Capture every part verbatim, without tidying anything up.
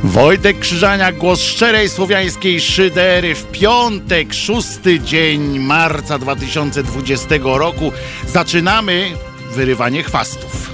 Wojtek Krzyżaniak, głos szczerej słowiańskiej szydery w piątek, szósty dzień marca dwa tysiące dwudziestego roku. Zaczynamy wyrywanie chwastów.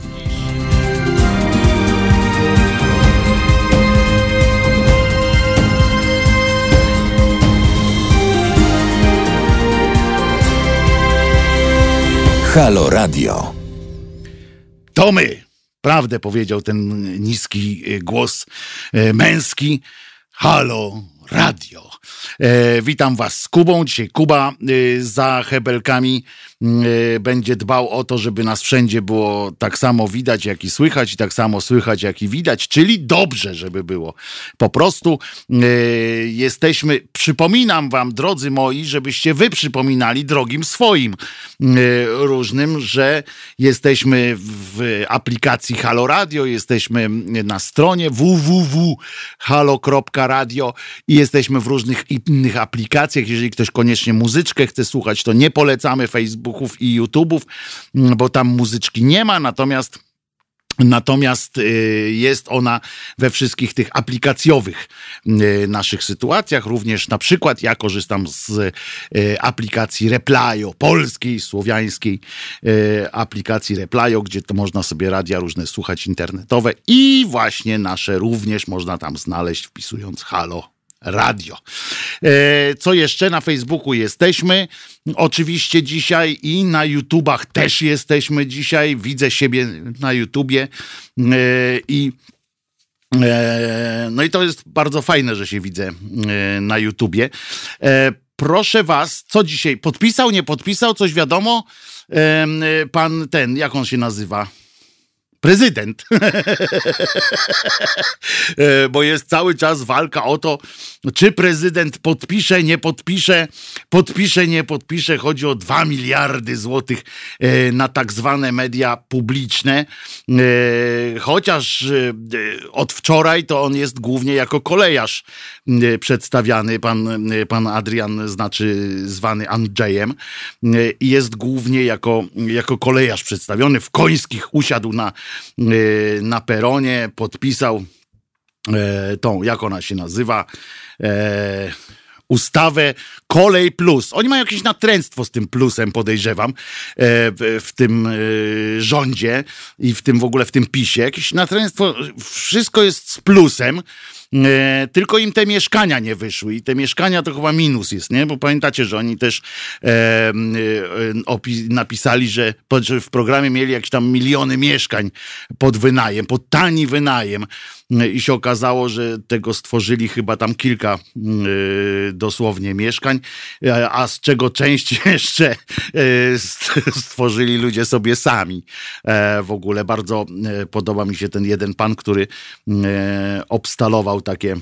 Halo Radio. To my. Prawdę powiedział ten niski głos męski. Halo Radio. E, witam was z Kubą. Dzisiaj Kuba e, za hebelkami e, będzie dbał o to, żeby nas wszędzie było tak samo widać, jak i słychać, i tak samo słychać, jak i widać, czyli dobrze, żeby było. Po prostu e, jesteśmy, przypominam wam, drodzy moi, żebyście wy przypominali drogim swoim e, różnym, że jesteśmy w aplikacji Halo Radio, jesteśmy na stronie w w w kropka halo kropka radio i jesteśmy w różnych innych aplikacjach. Jeżeli ktoś koniecznie muzyczkę chce słuchać, to nie polecamy Facebooków i YouTube'ów, bo tam muzyczki nie ma, natomiast Natomiast jest ona we wszystkich tych aplikacjowych naszych sytuacjach. Również na przykład ja korzystam z aplikacji Replayo, polskiej, słowiańskiej aplikacji Replayo, gdzie to można sobie radia różne słuchać, internetowe i właśnie nasze również można tam znaleźć, wpisując Halo Radio. Co jeszcze? Na Facebooku jesteśmy. Oczywiście dzisiaj i na YouTubach też jesteśmy dzisiaj. Widzę siebie na YouTubie i no i to jest bardzo fajne, że się widzę na YouTubie. Proszę was, co dzisiaj? Podpisał, nie podpisał? Coś wiadomo? Pan ten, jak on się nazywa? Prezydent. Bo jest cały czas walka o to, czy prezydent podpisze, nie podpisze, podpisze, nie podpisze. Chodzi o dwa miliardy złotych na tak zwane media publiczne. Chociaż od wczoraj to on jest głównie jako kolejarz przedstawiany. Pan, pan Adrian, znaczy zwany Andrzejem, jest głównie jako, jako kolejarz przedstawiony. W Końskich usiadł na na peronie, podpisał e, tą, jak ona się nazywa, e, ustawę Kolej Plus. Oni mają jakieś natręctwo z tym plusem, podejrzewam, e, w, w tym e, rządzie i w tym w ogóle w tym PiSie. Jakieś natręctwo, wszystko jest z plusem. E, tylko im te mieszkania nie wyszły i te mieszkania to chyba minus jest, nie? Bo pamiętacie, że oni też e, e, opi- napisali, że, pod, że w programie mieli jakieś tam miliony mieszkań pod wynajem, pod tani wynajem e, i się okazało, że tego stworzyli chyba tam kilka e, dosłownie mieszkań, e, a z czego część jeszcze e, stworzyli ludzie sobie sami. E, w ogóle bardzo e, podoba mi się ten jeden pan, który e, obstalował takie,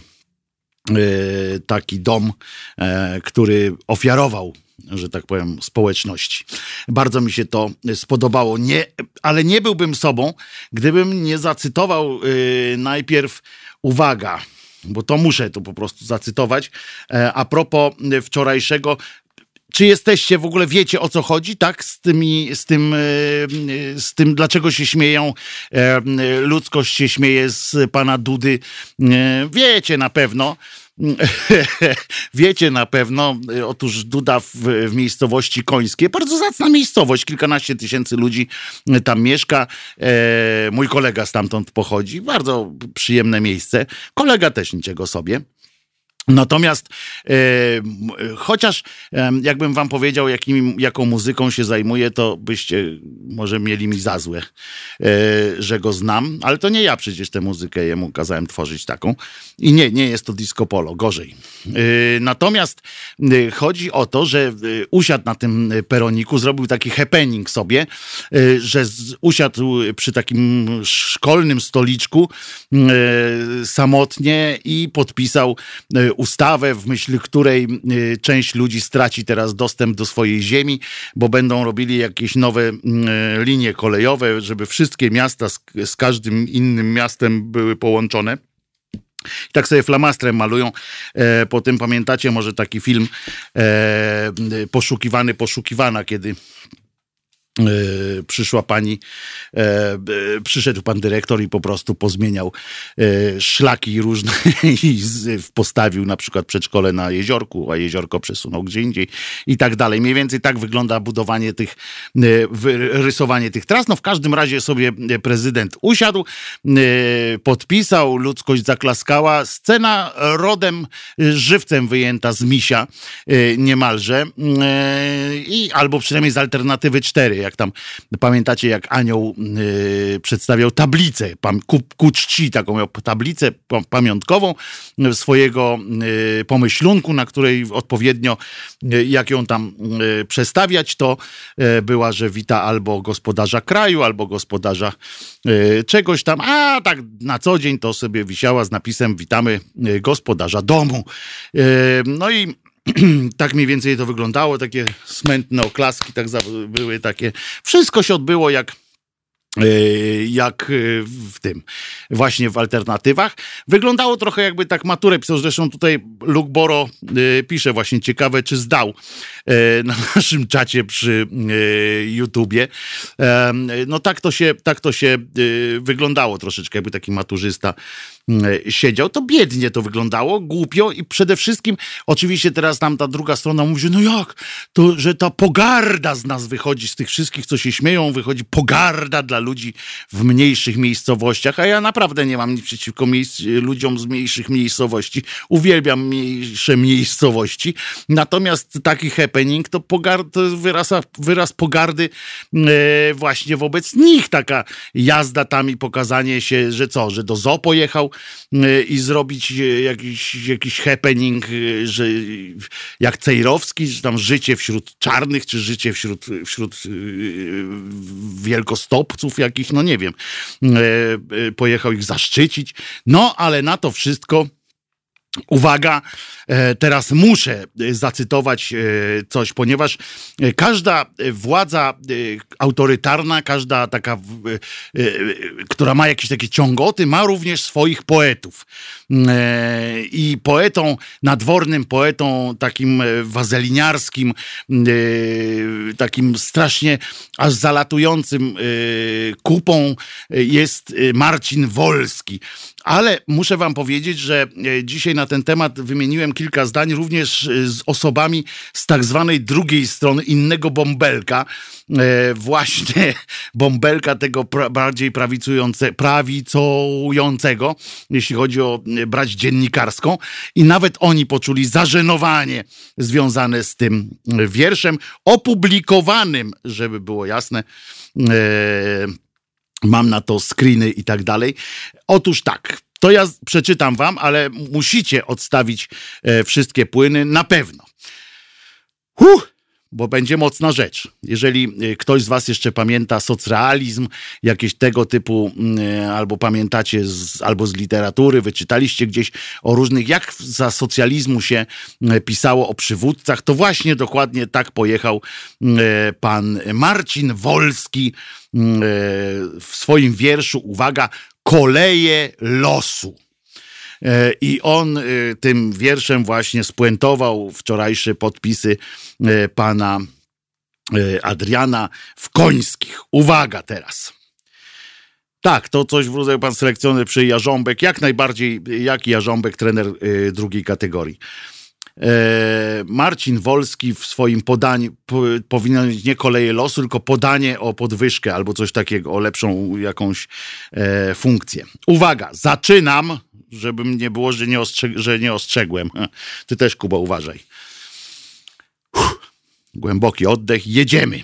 taki dom, który ofiarował, że tak powiem, społeczności. Bardzo mi się to spodobało, nie, ale nie byłbym sobą, gdybym nie zacytował najpierw, uwaga, bo to muszę tu po prostu zacytować, a propos wczorajszego. Czy jesteście, w ogóle wiecie, o co chodzi, tak? Z tymi, z tym, z tym, dlaczego się śmieją, ludzkość się śmieje z pana Dudy. Wiecie na pewno. Wiecie na pewno. Otóż Duda w, w miejscowości Końskie, bardzo zacna miejscowość, kilkanaście tysięcy ludzi tam mieszka. Mój kolega stamtąd pochodzi, bardzo przyjemne miejsce. Kolega też niczego sobie. Natomiast e, chociaż e, jakbym wam powiedział, jakim, jaką muzyką się zajmuję, to byście może mieli mi za złe, e, że go znam, ale to nie ja przecież tę muzykę jemu kazałem tworzyć taką i nie, nie jest to disco polo, gorzej. E, natomiast e, chodzi o to, że e, usiadł na tym peroniku, zrobił taki happening sobie, e, że z, usiadł przy takim szkolnym stoliczku e, samotnie i podpisał e, ustawę, w myśl której część ludzi straci teraz dostęp do swojej ziemi, bo będą robili jakieś nowe linie kolejowe, żeby wszystkie miasta z, z każdym innym miastem były połączone. I tak sobie flamastrem malują. E, potem pamiętacie może taki film e, Poszukiwany, poszukiwana, kiedy Yy, przyszła pani, yy, przyszedł pan dyrektor i po prostu pozmieniał yy, szlaki różne i z, postawił na przykład przedszkole na Jeziorku, a Jeziorko przesunął gdzie indziej i tak dalej. Mniej więcej tak wygląda budowanie tych, yy, rysowanie tych tras. No w każdym razie sobie prezydent usiadł, yy, podpisał, ludzkość zaklaskała. Scena rodem, żywcem wyjęta z Misia yy, niemalże yy, i albo przynajmniej z Alternatywy cztery. Jak tam pamiętacie, jak Anioł yy, przedstawiał tablicę pam, ku, ku czci, taką miał tablicę pamiątkową swojego yy, pomyślunku, na której odpowiednio yy, jak ją tam yy, przestawiać, to yy, była, że wita albo gospodarza kraju, albo gospodarza yy, czegoś tam, a tak na co dzień to sobie wisiała z napisem witamy yy, gospodarza domu. Yy, no i tak mniej więcej to wyglądało, takie smętne oklaski, tak były takie. Wszystko się odbyło jak, jak w tym, właśnie w alternatywach. Wyglądało trochę jakby tak maturę pisał, zresztą tutaj Luke Boro pisze właśnie, ciekawe czy zdał na naszym czacie przy YouTubie. No tak to się, tak to się wyglądało troszeczkę, jakby taki maturzysta siedział, to biednie to wyglądało, głupio i przede wszystkim, oczywiście teraz tam ta druga strona mówi, że no jak, to, że ta pogarda z nas wychodzi, z tych wszystkich, co się śmieją, wychodzi pogarda dla ludzi w mniejszych miejscowościach, a ja naprawdę nie mam nic przeciwko miejsc, ludziom z mniejszych miejscowości, uwielbiam mniejsze miejscowości, natomiast taki happening to, pogard, to jest wyraz, wyraz pogardy e, właśnie wobec nich, taka jazda tam i pokazanie się, że co, że do zoo pojechał i zrobić jakiś, jakiś happening, że jak Cejrowski, że tam życie wśród czarnych, czy życie wśród, wśród wielkostopców jakich, no nie wiem, pojechał ich zaszczycić, no ale na to wszystko uwaga, teraz muszę zacytować coś, ponieważ każda władza autorytarna, każda taka, która ma jakieś takie ciągoty, ma również swoich poetów. I poetą, nadwornym poetą, takim wazeliniarskim, takim strasznie aż zalatującym kupą jest Marcin Wolski. Ale muszę wam powiedzieć, że dzisiaj na ten temat wymieniłem kilka zdań również z osobami z tak zwanej drugiej strony, innego bąbelka, właśnie bąbelka tego pra- bardziej prawicujące, prawicującego, jeśli chodzi o brać dziennikarską, i nawet oni poczuli zażenowanie związane z tym wierszem opublikowanym, żeby było jasne. Mam na to screeny i tak dalej. Otóż tak, to ja przeczytam wam, ale musicie odstawić e, wszystkie płyny na pewno. Huh, bo będzie mocna rzecz. Jeżeli e, ktoś z was jeszcze pamięta socrealizm, jakieś tego typu, e, albo pamiętacie z, albo z literatury, wyczytaliście gdzieś o różnych, jak za socjalizmu się e, pisało o przywódcach, to właśnie dokładnie tak pojechał e, pan Marcin Wolski w swoim wierszu, uwaga, Koleje losu. I on tym wierszem właśnie spuentował wczorajsze podpisy pana Adriana w Końskich. Uwaga teraz. Tak, to coś w rodzaju pan selekcjoner przy Jarząbek, jak najbardziej, jak Jarząbek, trener drugiej kategorii. Marcin Wolski w swoim podaniu po, powinien mieć nie koleje losu, tylko podanie o podwyżkę albo coś takiego, o lepszą jakąś e, funkcję. Uwaga, zaczynam, żebym nie było, że nie, ostrzeg- że nie ostrzegłem. Ty też, Kuba, uważaj. Uff, głęboki oddech, jedziemy.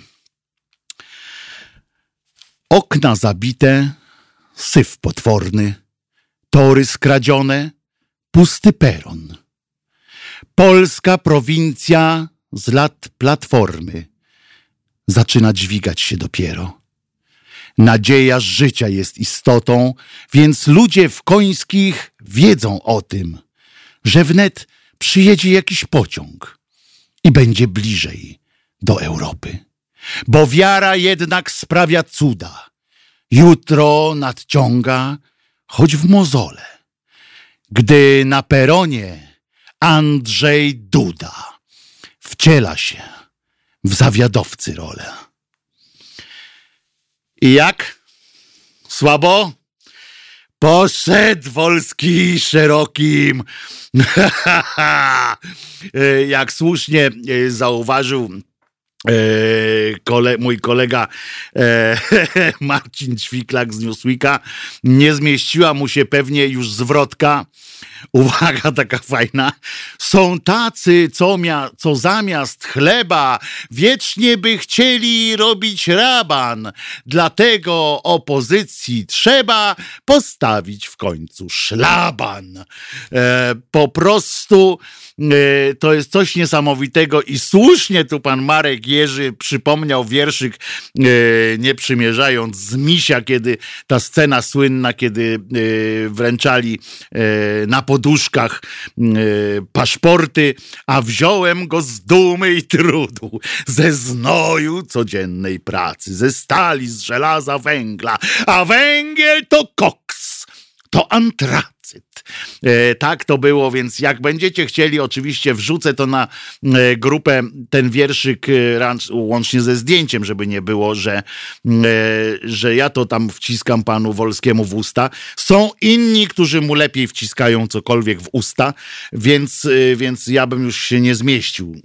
Okna zabite, syf potworny, tory skradzione, pusty peron. Polska prowincja z lat Platformy zaczyna dźwigać się dopiero. Nadzieja życia jest istotą, więc ludzie w Końskich wiedzą o tym, że wnet przyjedzie jakiś pociąg i będzie bliżej do Europy. Bo wiara jednak sprawia cuda. Jutro nadciąga, choć w mozole. Gdy na peronie Andrzej Duda wciela się w zawiadowcy rolę. I jak? Słabo? Poszedł Wolski szerokim. Jak słusznie zauważył Kole, mój kolega e, Marcin Ćwiklak z Newsweeka, nie zmieściła mu się pewnie już zwrotka. Uwaga, taka fajna. Są tacy, co, mia, co zamiast chleba wiecznie by chcieli robić raban. Dlatego opozycji trzeba postawić w końcu szlaban. E, po prostu e, to jest coś niesamowitego i słusznie tu pan Marek Jerzy przypomniał wierszyk, e, nie przymierzając z Misia, kiedy ta scena słynna, kiedy e, wręczali e, na poduszkach e, paszporty, a wziąłem go z dumy i trudu, ze znoju codziennej pracy, ze stali, z żelaza, węgla, a węgiel to koks, to antracyt. E, tak to było, więc jak będziecie chcieli, oczywiście wrzucę to na e, grupę, ten wierszyk, e, ranch, łącznie ze zdjęciem, żeby nie było, że, e, że ja to tam wciskam panu Wolskiemu w usta. Są inni, którzy mu lepiej wciskają cokolwiek w usta, więc, e, więc ja bym już się nie zmieścił,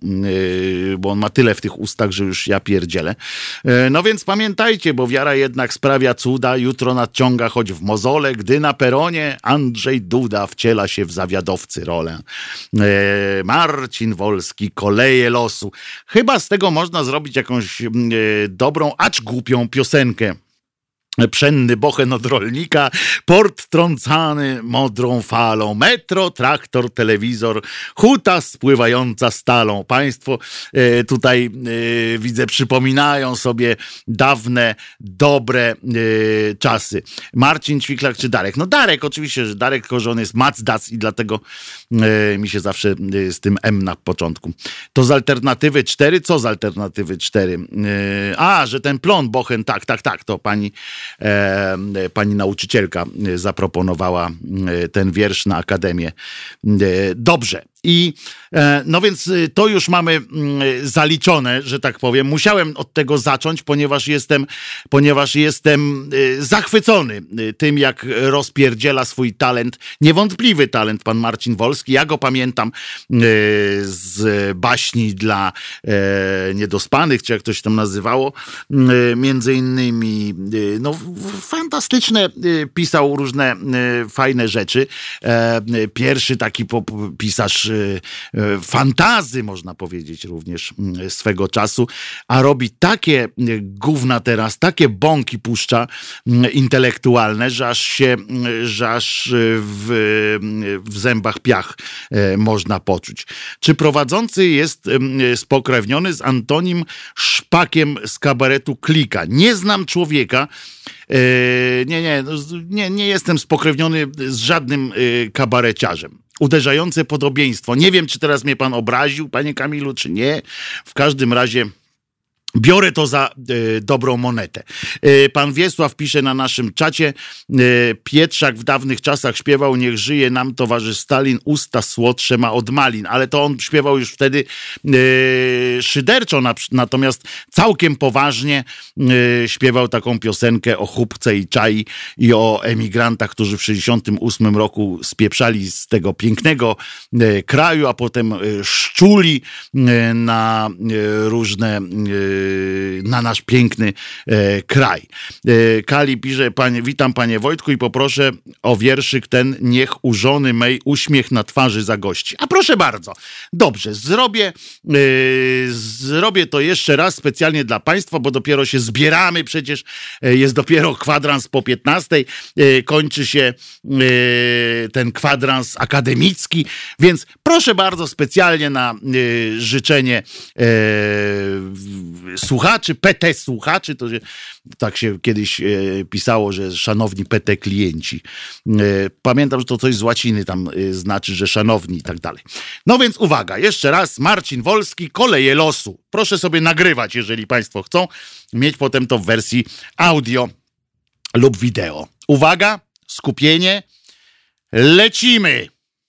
e, bo on ma tyle w tych ustach, że już ja pierdzielę. E, no więc pamiętajcie, bo wiara jednak sprawia cuda, jutro nadciąga choć w mozole, gdy na peronie Andrzej Duda wciela się w zawiadowcy rolę. E, Marcin Wolski, koleje losu. Chyba z tego można zrobić jakąś e, dobrą, acz głupią piosenkę. Pszenny bochen od rolnika, port trącany modrą falą, metro, traktor, telewizor, huta spływająca stalą. Państwo e, tutaj e, widzę, przypominają sobie dawne, dobre e, czasy. Marcin Ćwiklak czy Darek? No Darek, oczywiście, że Darek, tylko że on jest Macdac i dlatego e, mi się zawsze e, z tym M na początku. To z alternatywy cztery? Co z alternatywy cztery? E, a, że ten plon bochen, tak, tak, tak, to pani E, pani nauczycielka zaproponowała ten wiersz na Akademię. E, dobrze. I e, no więc to już mamy m, zaliczone, że tak powiem. Musiałem od tego zacząć, ponieważ jestem, ponieważ jestem e, zachwycony tym, jak rozpierdziela swój talent, niewątpliwy talent pan Marcin Wolski. Ja go pamiętam e, z baśni dla e, niedospanych, czy jak to się tam nazywało, e, między innymi e, no, fantastyczne, e, pisał różne e, fajne rzeczy. E, pierwszy taki pop, pisarz fantazy, można powiedzieć, również swego czasu, a robi takie gówna teraz, takie bąki puszcza intelektualne, że aż się, że aż w, w zębach piach można poczuć. Czy prowadzący jest spokrewniony z Antonim Szpakiem z kabaretu Klika? Nie znam człowieka, nie, nie, nie, nie jestem spokrewniony z żadnym kabareciarzem. Uderzające podobieństwo. Nie wiem, czy teraz mnie pan obraził, panie Kamilu, czy nie. W każdym razie biorę to za e, dobrą monetę. E, pan Wiesław pisze na naszym czacie, e, Pietrzak w dawnych czasach śpiewał: niech żyje nam towarzysz Stalin, usta słodsze ma od malin, ale to on śpiewał już wtedy e, szyderczo, na, natomiast całkiem poważnie e, śpiewał taką piosenkę o chłopce i czai i o emigrantach, którzy w sześćdziesiątym ósmym roku spieprzali z tego pięknego e, kraju, a potem e, szczuli e, na e, różne e, na nasz piękny e, kraj. E, Kali pisze: panie, witam panie Wojtku i poproszę o wierszyk ten: niech u żony mej uśmiech na twarzy zagości. A proszę bardzo. Dobrze, zrobię e, zrobię to jeszcze raz specjalnie dla państwa, bo dopiero się zbieramy, przecież e, jest dopiero kwadrans po piętnastej, e, kończy się e, ten kwadrans akademicki, więc proszę bardzo, specjalnie na e, życzenie e, słuchaczy, P T słuchaczy, to się, tak się kiedyś e, pisało, że szanowni P T klienci. E, pamiętam, że to coś z łaciny tam e, znaczy, że szanowni i tak dalej. No więc uwaga, jeszcze raz, Marcin Wolski, koleje losu. Proszę sobie nagrywać, jeżeli państwo chcą mieć potem to w wersji audio lub wideo. Uwaga, skupienie, lecimy.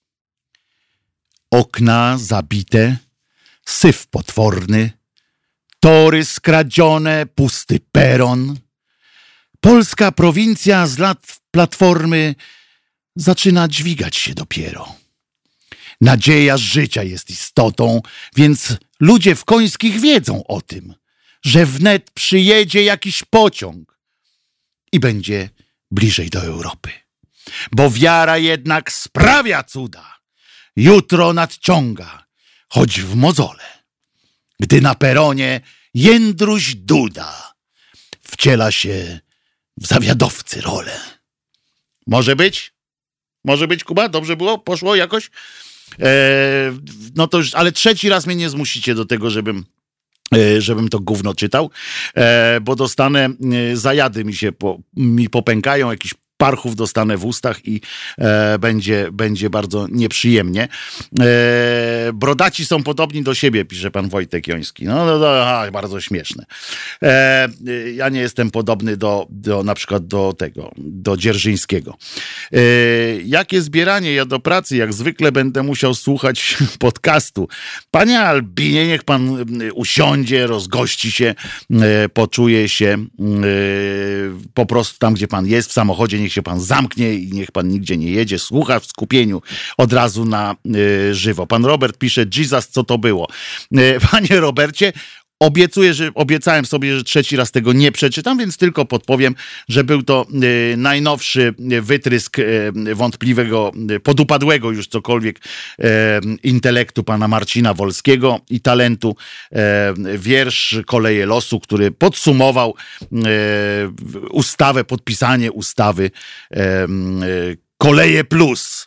Okna zabite, syf potworny, tory skradzione, pusty peron. Polska prowincja z lat Platformy zaczyna dźwigać się dopiero. Nadzieja życia jest istotą, więc ludzie w Końskich wiedzą o tym, że wnet przyjedzie jakiś pociąg i będzie bliżej do Europy. Bo wiara jednak sprawia cuda. Jutro nadciąga, choć w mozole. Gdy na peronie Jędruś Duda wciela się w zawiadowcy rolę. Może być? Może być, Kuba? Dobrze było? Poszło jakoś? Eee, no to już, ale trzeci raz mnie nie zmusicie do tego, żebym żebym to gówno czytał, e, bo dostanę, e, zajady mi się po, mi popękają, jakiś parchów dostanę w ustach i e, będzie, będzie bardzo nieprzyjemnie. E, brodaci są podobni do siebie, pisze pan Wojtek Joński. No, no, no aha, bardzo śmieszne. E, ja nie jestem podobny do, do na przykład do tego, do Dzierżyńskiego. E, jakie zbieranie? Ja do pracy, jak zwykle będę musiał słuchać podcastu. Panie Albinie, niech pan usiądzie, rozgości się, e, poczuje się e, po prostu tam, gdzie pan jest, w samochodzie, niech się pan zamknie i niech pan nigdzie nie jedzie, słucha w skupieniu od razu na y, żywo. Pan Robert pisze, Jesus, co to było? Y, panie Robercie, obiecuję, że obiecałem sobie, że trzeci raz tego nie przeczytam, więc tylko podpowiem, że był to y, najnowszy wytrysk y, wątpliwego, y, podupadłego już cokolwiek y, intelektu pana Marcina Wolskiego i talentu y, wiersz Koleje losu, który podsumował y, ustawę, podpisanie ustawy y, y, Koleje plus.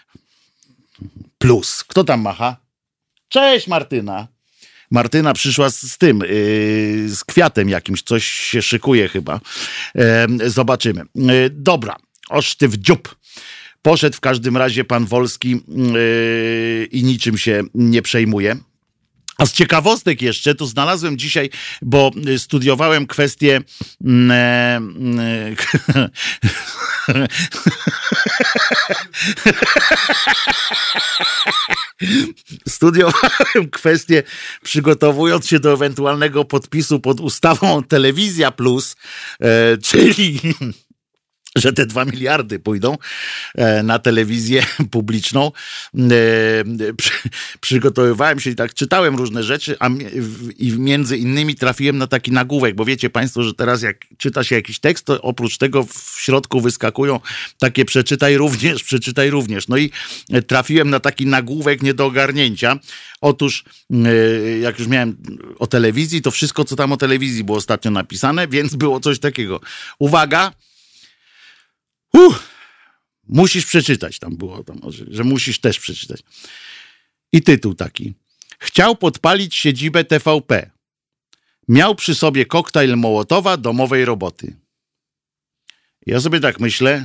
Plus. Kto tam macha? Cześć, Martyna. Martyna przyszła z, z tym, yy, z kwiatem jakimś, coś się szykuje chyba. Yy, zobaczymy. Yy, dobra, oż ty w dziób. Poszedł w każdym razie pan Wolski yy, i niczym się nie przejmuje. A z ciekawostek jeszcze, tu znalazłem dzisiaj, bo studiowałem kwestię mm, mm, studiowałem kwestię, przygotowując się do ewentualnego podpisu pod ustawą Telewizja Plus, e, czyli że te dwa miliardy pójdą na telewizję publiczną. Przy, przygotowywałem się i tak czytałem różne rzeczy, a i między innymi trafiłem na taki nagłówek, bo wiecie państwo, że teraz jak czyta się jakiś tekst, to oprócz tego w środku wyskakują takie przeczytaj również, przeczytaj również. No i trafiłem na taki nagłówek nie do ogarnięcia. Otóż jak już miałem o telewizji, to wszystko, co tam o telewizji było ostatnio napisane, więc było coś takiego. Uwaga! Uh, musisz przeczytać, tam było, tam, że musisz też przeczytać. I tytuł taki. Chciał podpalić siedzibę T V P. Miał przy sobie koktajl Mołotowa domowej roboty. Ja sobie tak myślę,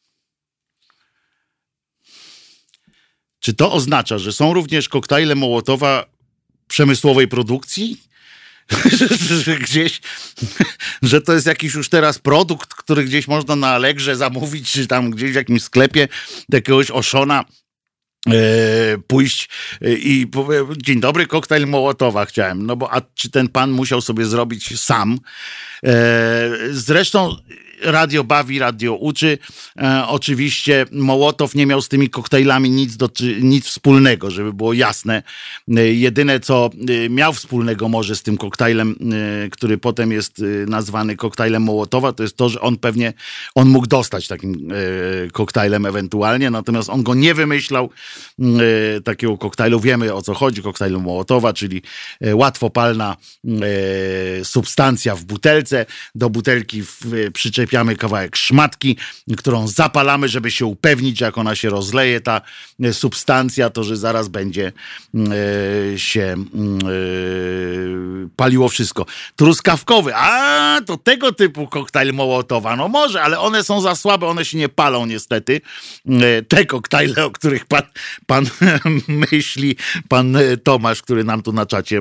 czy to oznacza, że są również koktajle Mołotowa przemysłowej produkcji? że gdzieś, że to jest jakiś już teraz produkt, który gdzieś można na Allegrze zamówić, czy tam gdzieś w jakimś sklepie jakiegoś Oszona e, pójść i powiedzieć, dzień dobry, koktajl Mołotowa chciałem, no bo a czy ten pan musiał sobie zrobić sam? E, zresztą radio bawi, radio uczy. E, oczywiście Mołotow nie miał z tymi koktajlami nic, do, nic wspólnego, żeby było jasne. E, jedyne, co e, miał wspólnego może z tym koktajlem, e, który potem jest e, nazwany koktajlem Mołotowa, to jest to, że on pewnie, on mógł dostać takim e, koktajlem ewentualnie, natomiast on go nie wymyślał, e, takiego koktajlu. Wiemy, o co chodzi, koktajlu Mołotowa, czyli e, łatwopalna e, substancja w butelce. Do butelki w, przyczepiamy kawałek szmatki, którą zapalamy, żeby się upewnić, jak ona się rozleje, ta substancja, to że zaraz będzie e, się e, paliło wszystko. Truskawkowy, a to tego typu koktajl Mołotowa, no może, ale one są za słabe, one się nie palą niestety. E, te koktajle, o których pan, pan myśli, pan Tomasz, który nam tu na czacie e,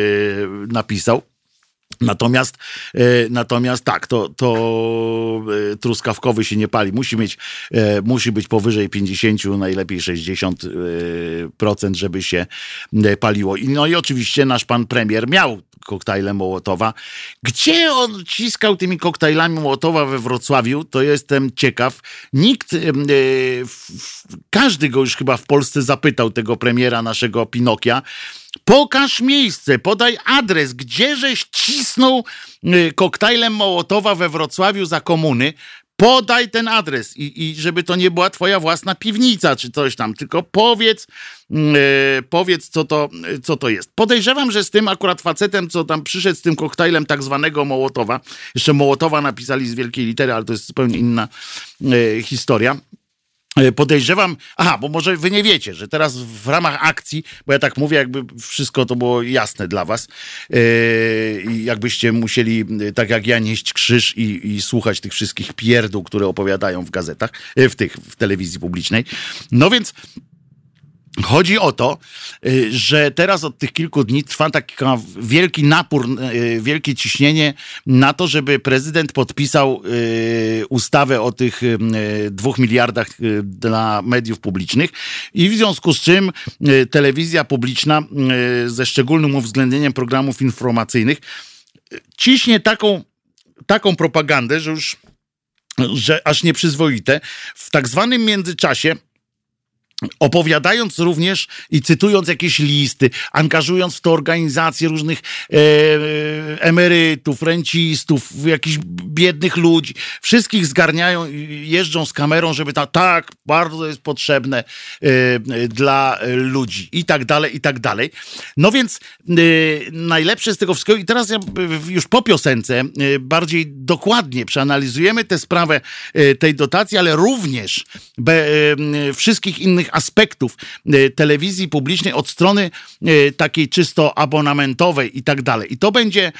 napisał. Natomiast, e, natomiast tak, to, to, truskawkowy się nie pali. Musi mieć, e, musi być powyżej pięćdziesiąt, najlepiej sześćdziesiąt procent, żeby się paliło. I, no i oczywiście nasz pan premier miał koktajle Mołotowa. Gdzie on ciskał tymi koktajlami Mołotowa we Wrocławiu, to jestem ciekaw. Nikt, e, w, każdy go już chyba w Polsce zapytał, tego premiera naszego Pinokia, pokaż miejsce, podaj adres, gdzieżeś cisnął koktajlem Mołotowa we Wrocławiu za komuny. Podaj ten adres i, i żeby to nie była twoja własna piwnica czy coś tam, tylko powiedz, yy, powiedz co to, co to jest. Podejrzewam, że z tym akurat facetem, co tam przyszedł z tym koktajlem tak zwanego Mołotowa, jeszcze Mołotowa napisali z wielkiej litery, ale to jest zupełnie inna yy, historia. Podejrzewam, aha, bo może wy nie wiecie, że teraz w ramach akcji, bo ja tak mówię, jakby wszystko to było jasne dla was, i jakbyście musieli, tak jak ja, nieść krzyż i, i słuchać tych wszystkich pierdół, które opowiadają w gazetach, w tych, w telewizji publicznej. No więc chodzi o to, że teraz od tych kilku dni trwa taki wielki napór, wielkie ciśnienie na to, żeby prezydent podpisał ustawę o tych dwóch miliardach dla mediów publicznych i w związku z czym telewizja publiczna ze szczególnym uwzględnieniem programów informacyjnych ciśnie taką, taką propagandę, że już że aż nieprzyzwoite. W tak zwanym międzyczasie, opowiadając również i cytując jakieś listy, angażując w to organizacje różnych e, emerytów, rencistów, jakichś biednych ludzi, wszystkich zgarniają i jeżdżą z kamerą, żeby tam, tak, bardzo jest potrzebne e, dla ludzi i tak dalej, i tak dalej. No więc e, najlepsze z tego wszystkiego, i teraz ja już po piosence e, bardziej dokładnie przeanalizujemy tę sprawę e, tej dotacji, ale również be, e, wszystkich innych aspektów telewizji publicznej od strony takiej czysto abonamentowej i tak dalej. I to będzie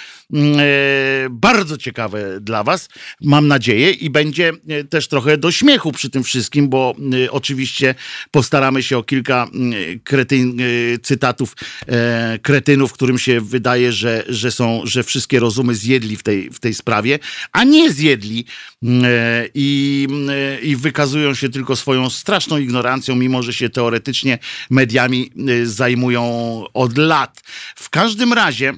bardzo ciekawe dla was, mam nadzieję, i będzie też trochę do śmiechu przy tym wszystkim, bo oczywiście postaramy się o kilka kretyn, cytatów kretynów, którym się wydaje, że, że są, że wszystkie rozumy zjedli w tej, w tej sprawie, a nie zjedli i, i wykazują się tylko swoją straszną ignorancją, mimo że się teoretycznie mediami zajmują od lat. W każdym razie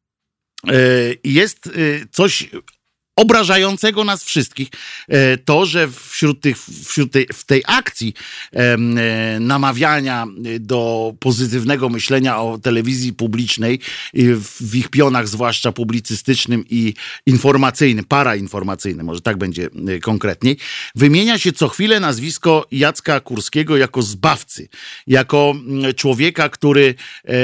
jest coś obrażającego nas wszystkich, to, że wśród tych, wśród tej, w tej akcji namawiania do pozytywnego myślenia o telewizji publicznej, w ich pionach zwłaszcza publicystycznym i informacyjnym, parainformacyjnym, może tak będzie konkretniej, wymienia się co chwilę nazwisko Jacka Kurskiego jako zbawcy, jako człowieka, który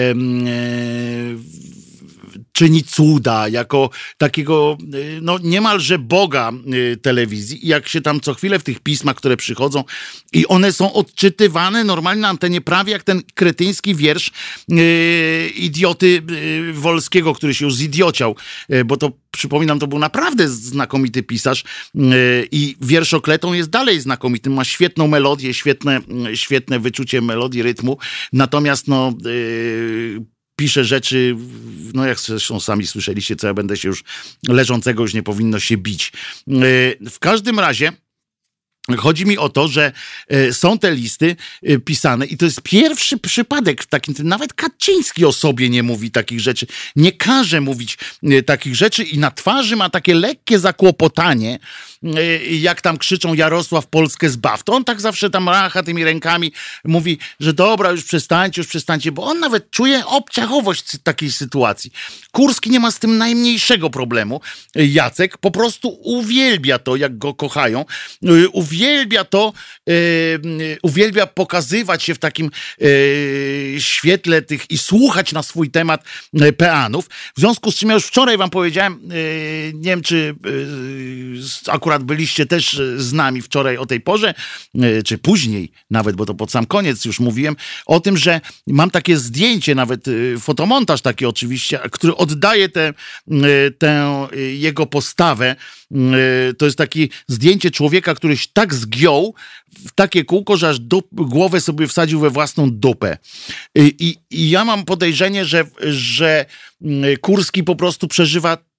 czyni cuda, jako takiego no niemalże Boga telewizji. I jak się tam co chwilę w tych pismach, które przychodzą, i one są odczytywane normalnie na antenie, prawie jak ten kretyński wiersz yy, idioty yy, Wolskiego, który się już zidiociał, yy, bo to, przypominam, to był naprawdę znakomity pisarz yy, i wierszokletą jest dalej znakomitym, ma świetną melodię, świetne, yy, świetne wyczucie melodii, rytmu, natomiast no yy, pisze rzeczy, no jak zresztą sami słyszeliście, co ja będę się już leżącego, już nie powinno się bić. W każdym razie chodzi mi o to, że są te listy pisane i to jest pierwszy przypadek w takim, nawet Kaczyński o sobie nie mówi takich rzeczy, nie każe mówić takich rzeczy i na twarzy ma takie lekkie zakłopotanie, jak tam krzyczą Jarosław Polskę zbaw. To on tak zawsze tam racha tymi rękami, mówi, że dobra, już przestańcie, już przestańcie, bo on nawet czuje obciachowość takiej sytuacji. Kurski nie ma z tym najmniejszego problemu. Jacek po prostu uwielbia to, jak go kochają. Uwielbia to, yy, uwielbia pokazywać się w takim yy, świetle tych i słuchać na swój temat yy, peanów. W związku z czym ja już wczoraj wam powiedziałem, yy, nie wiem, czy yy, akurat byliście też z nami wczoraj o tej porze, yy, czy później nawet, bo to pod sam koniec już mówiłem, o tym, że mam takie zdjęcie, nawet yy, fotomontaż taki oczywiście, który oddaje tę yy, tę yy, jego postawę. Yy, to jest takie zdjęcie człowieka, który się tak zgiął w takie kółko, że aż dup, głowę sobie wsadził we własną dupę. I, i, i ja mam podejrzenie, że, że Kurski po prostu przeżywa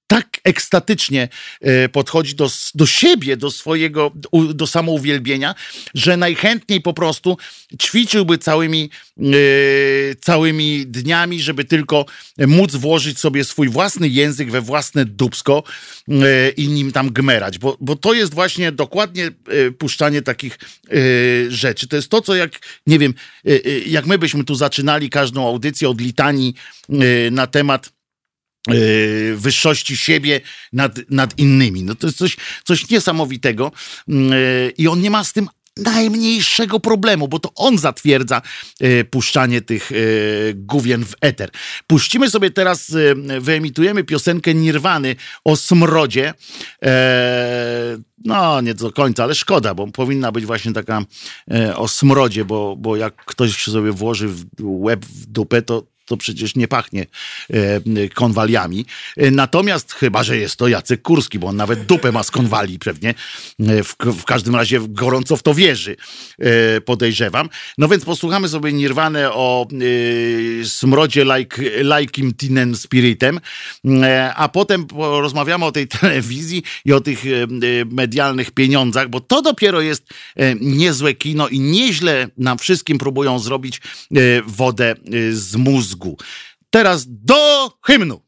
tak ekstatycznie podchodzi do, do siebie, do swojego, do samouwielbienia, że najchętniej po prostu ćwiczyłby całymi, całymi dniami, żeby tylko móc włożyć sobie swój własny język we własne dupsko i nim tam gmerać, bo, bo to jest właśnie dokładnie puszczanie takich rzeczy. To jest to, co jak, nie wiem, jak my byśmy tu zaczynali każdą audycję od litanii na temat wyższości siebie nad, nad innymi. No to jest coś, coś niesamowitego i on nie ma z tym najmniejszego problemu, bo to on zatwierdza e, puszczanie tych e, gówien w eter. Puścimy sobie teraz, e, wyemitujemy piosenkę Nirwany o smrodzie. E, no, nie do końca, ale szkoda, bo powinna być właśnie taka e, o smrodzie, bo, bo jak ktoś sobie włoży w łeb w dupę, to to przecież nie pachnie e, konwaliami. E, natomiast chyba, że jest to Jacek Kurski, bo on nawet dupę ma z konwali pewnie. E, w, w każdym razie gorąco w to wierzy, e, podejrzewam. No więc posłuchamy sobie Nirwanę o e, smrodzie like, laikim tinem spiritem, e, a potem porozmawiamy o tej telewizji i o tych e, medialnych pieniądzach, bo to dopiero jest e, niezłe kino i nieźle nam wszystkim próbują zrobić e, wodę e, z mózgu. Teraz do hymnu.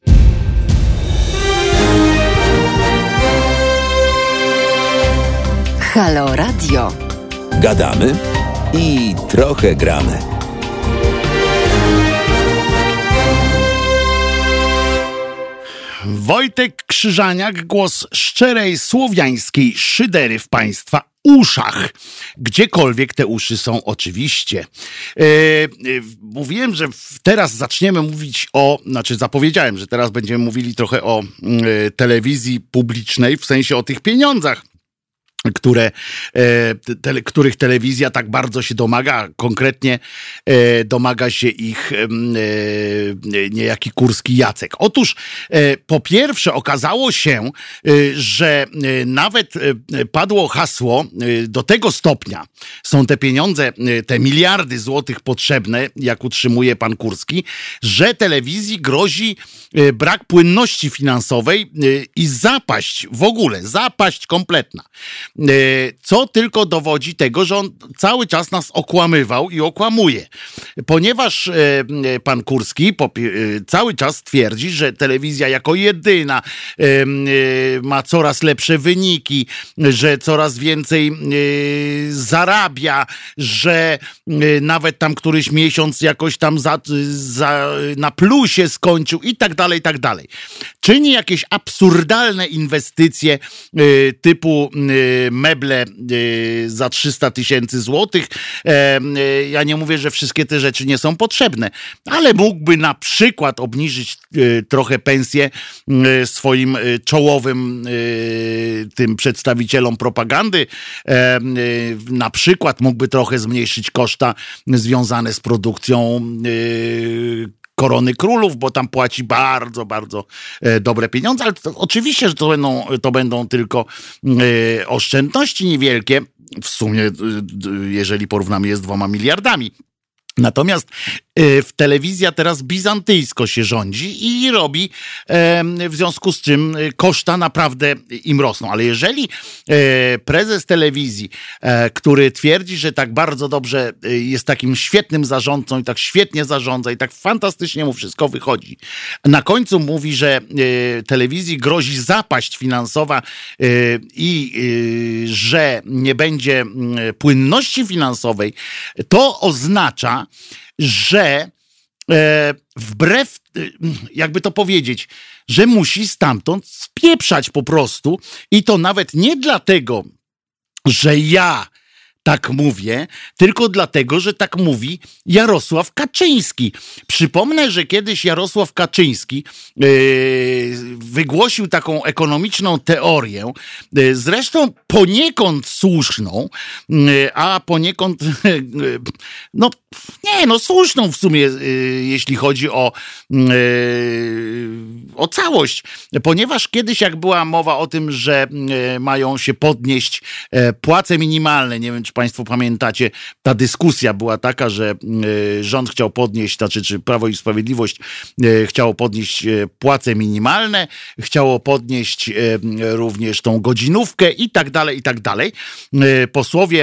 Halo Radio. Gadamy i trochę gramy. Wojtek Krzyżaniak, głos szczerej słowiańskiej szydery w państwa uszach. Gdziekolwiek te uszy są oczywiście. E, e, mówiłem, że teraz zaczniemy mówić o, znaczy zapowiedziałem, że teraz będziemy mówili trochę o e, telewizji publicznej, w sensie o tych pieniądzach, które, e, te, których telewizja tak bardzo się domaga, konkretnie e, domaga się ich e, niejaki Kurski Jacek. Otóż e, po pierwsze okazało się, e, że e, nawet e, padło hasło e, do tego stopnia są te pieniądze, e, te miliardy złotych potrzebne, jak utrzymuje pan Kurski, że telewizji grozi e, brak płynności finansowej e, i zapaść w ogóle, zapaść kompletna. Co tylko dowodzi tego, że on cały czas nas okłamywał i okłamuje. Ponieważ pan Kurski cały czas twierdzi, że telewizja jako jedyna ma coraz lepsze wyniki, że coraz więcej zarabia, że nawet tam któryś miesiąc jakoś tam za, za, na plusie skończył i tak dalej, i tak dalej. Czyni jakieś absurdalne inwestycje typu meble y, za trzysta tysięcy złotych. E, y, ja nie mówię, że wszystkie te rzeczy nie są potrzebne, ale mógłby na przykład obniżyć y, trochę pensję y, swoim y, czołowym y, tym przedstawicielom propagandy. E, y, na przykład mógłby trochę zmniejszyć koszta związane z produkcją y, Korony Królów, bo tam płaci bardzo, bardzo e, dobre pieniądze, ale to, oczywiście, że to będą, to będą tylko e, oszczędności niewielkie, w sumie, e, jeżeli porównamy je z dwoma miliardami. Natomiast y, w telewizja teraz bizantyjsko się rządzi i robi, e, w związku z czym koszta naprawdę im rosną. Ale jeżeli e, prezes telewizji, e, który twierdzi, że tak bardzo dobrze e, jest takim świetnym zarządcą i tak świetnie zarządza i tak fantastycznie mu wszystko wychodzi, na końcu mówi, że e, telewizji grozi zapaść finansowa e, i e, że nie będzie e, płynności finansowej, to oznacza, że e, wbrew, e, jakby to powiedzieć, że musi stamtąd spieprzać po prostu i to nawet nie dlatego, że ja tak mówię, tylko dlatego, że tak mówi Jarosław Kaczyński. Przypomnę, że kiedyś Jarosław Kaczyński yy, wygłosił taką ekonomiczną teorię, yy, zresztą poniekąd słuszną, yy, a poniekąd, yy, no nie, no słuszną w sumie, yy, jeśli chodzi o, yy, o całość. Ponieważ kiedyś jak była mowa o tym, że yy, mają się podnieść yy, płace minimalne, nie wiem, czy państwo pamiętacie, ta dyskusja była taka, że rząd chciał podnieść, znaczy czy Prawo i Sprawiedliwość chciało podnieść płace minimalne, chciało podnieść również tą godzinówkę i tak dalej, i tak dalej. Posłowie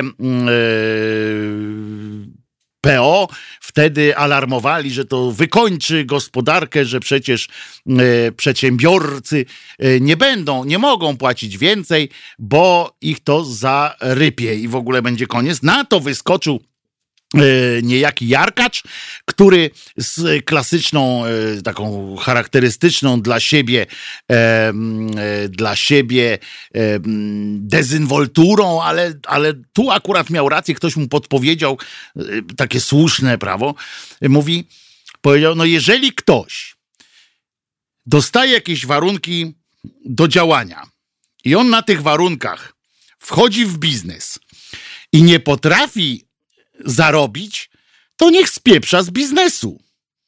P O wtedy alarmowali, że to wykończy gospodarkę, że przecież e, przedsiębiorcy e, nie będą, nie mogą płacić więcej, bo ich to zarypie i w ogóle będzie koniec. Na to wyskoczył niejaki Jarkacz, który z klasyczną, taką charakterystyczną dla siebie e, dla siebie e, dezynwolturą, ale, ale tu akurat miał rację, ktoś mu podpowiedział e, takie słuszne prawo, mówi, powiedział, no jeżeli ktoś dostaje jakieś warunki do działania i on na tych warunkach wchodzi w biznes i nie potrafi zarobić, to niech spieprza z biznesu.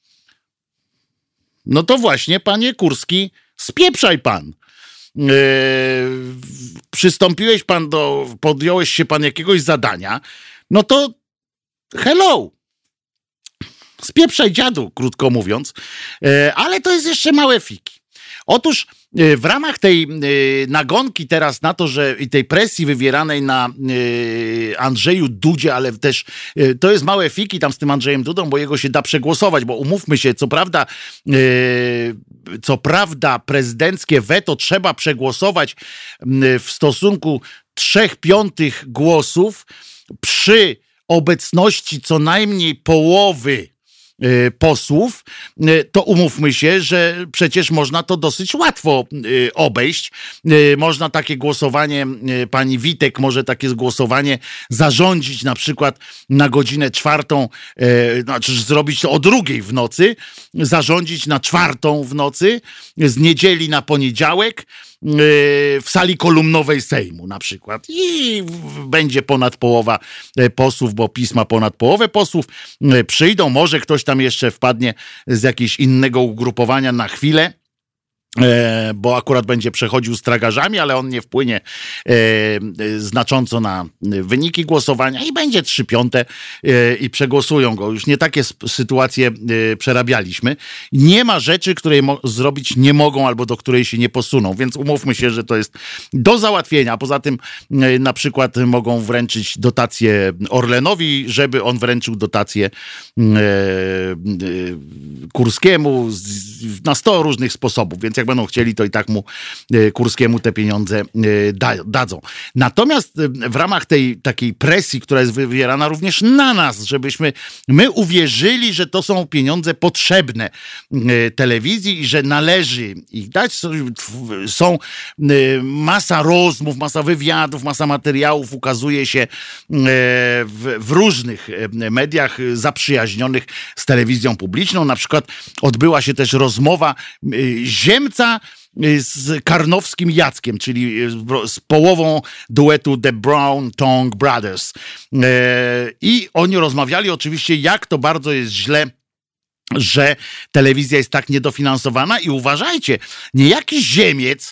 No to właśnie, panie Kurski, spieprzaj pan. Yy, przystąpiłeś pan do, podjąłeś się pan jakiegoś zadania, no to hello. Spieprzaj dziadu, krótko mówiąc. Yy, ale to jest jeszcze małe fiki. Otóż w ramach tej nagonki teraz na to, że i tej presji wywieranej na Andrzeju Dudzie, ale też to jest małe fiki tam z tym Andrzejem Dudą, bo jego się da przegłosować, bo umówmy się, co prawda co prawda prezydenckie weto trzeba przegłosować w stosunku trzech piątych głosów przy obecności co najmniej połowy posłów, to umówmy się, że przecież można to dosyć łatwo obejść. Można takie głosowanie, pani Witek może takie głosowanie zarządzić na przykład na godzinę czwartą, znaczy zrobić to o drugiej w nocy, zarządzić na czwartą w nocy, z niedzieli na poniedziałek, w sali kolumnowej Sejmu na przykład i będzie ponad połowa posłów, bo PiS ma ponad połowę posłów, przyjdą, może ktoś tam jeszcze wpadnie z jakiegoś innego ugrupowania na chwilę, E, bo akurat będzie przechodził z tragarzami, ale on nie wpłynie e, e, znacząco na wyniki głosowania i będzie trzy piąte e, i przegłosują go. Już nie takie sytuacje e, przerabialiśmy. Nie ma rzeczy, której mo- zrobić nie mogą albo do której się nie posuną, więc umówmy się, że to jest do załatwienia. Poza tym e, na przykład mogą wręczyć dotację Orlenowi, żeby on wręczył dotację e, e, Kurskiemu z, na sto różnych sposobów, więc jak będą chcieli, to i tak mu Kurskiemu te pieniądze da, dadzą. Natomiast w ramach tej takiej presji, która jest wywierana również na nas, żebyśmy my uwierzyli, że to są pieniądze potrzebne telewizji i że należy ich dać. Są masa rozmów, masa wywiadów, masa materiałów ukazuje się w, w różnych mediach zaprzyjaźnionych z telewizją publiczną. Na przykład odbyła się też rozmowa Ziemca z Karnowskim Jackiem, czyli z połową duetu The Brown Tongue Brothers. I oni rozmawiali oczywiście, jak to bardzo jest źle, że telewizja jest tak niedofinansowana i uważajcie, niejaki Ziemiec,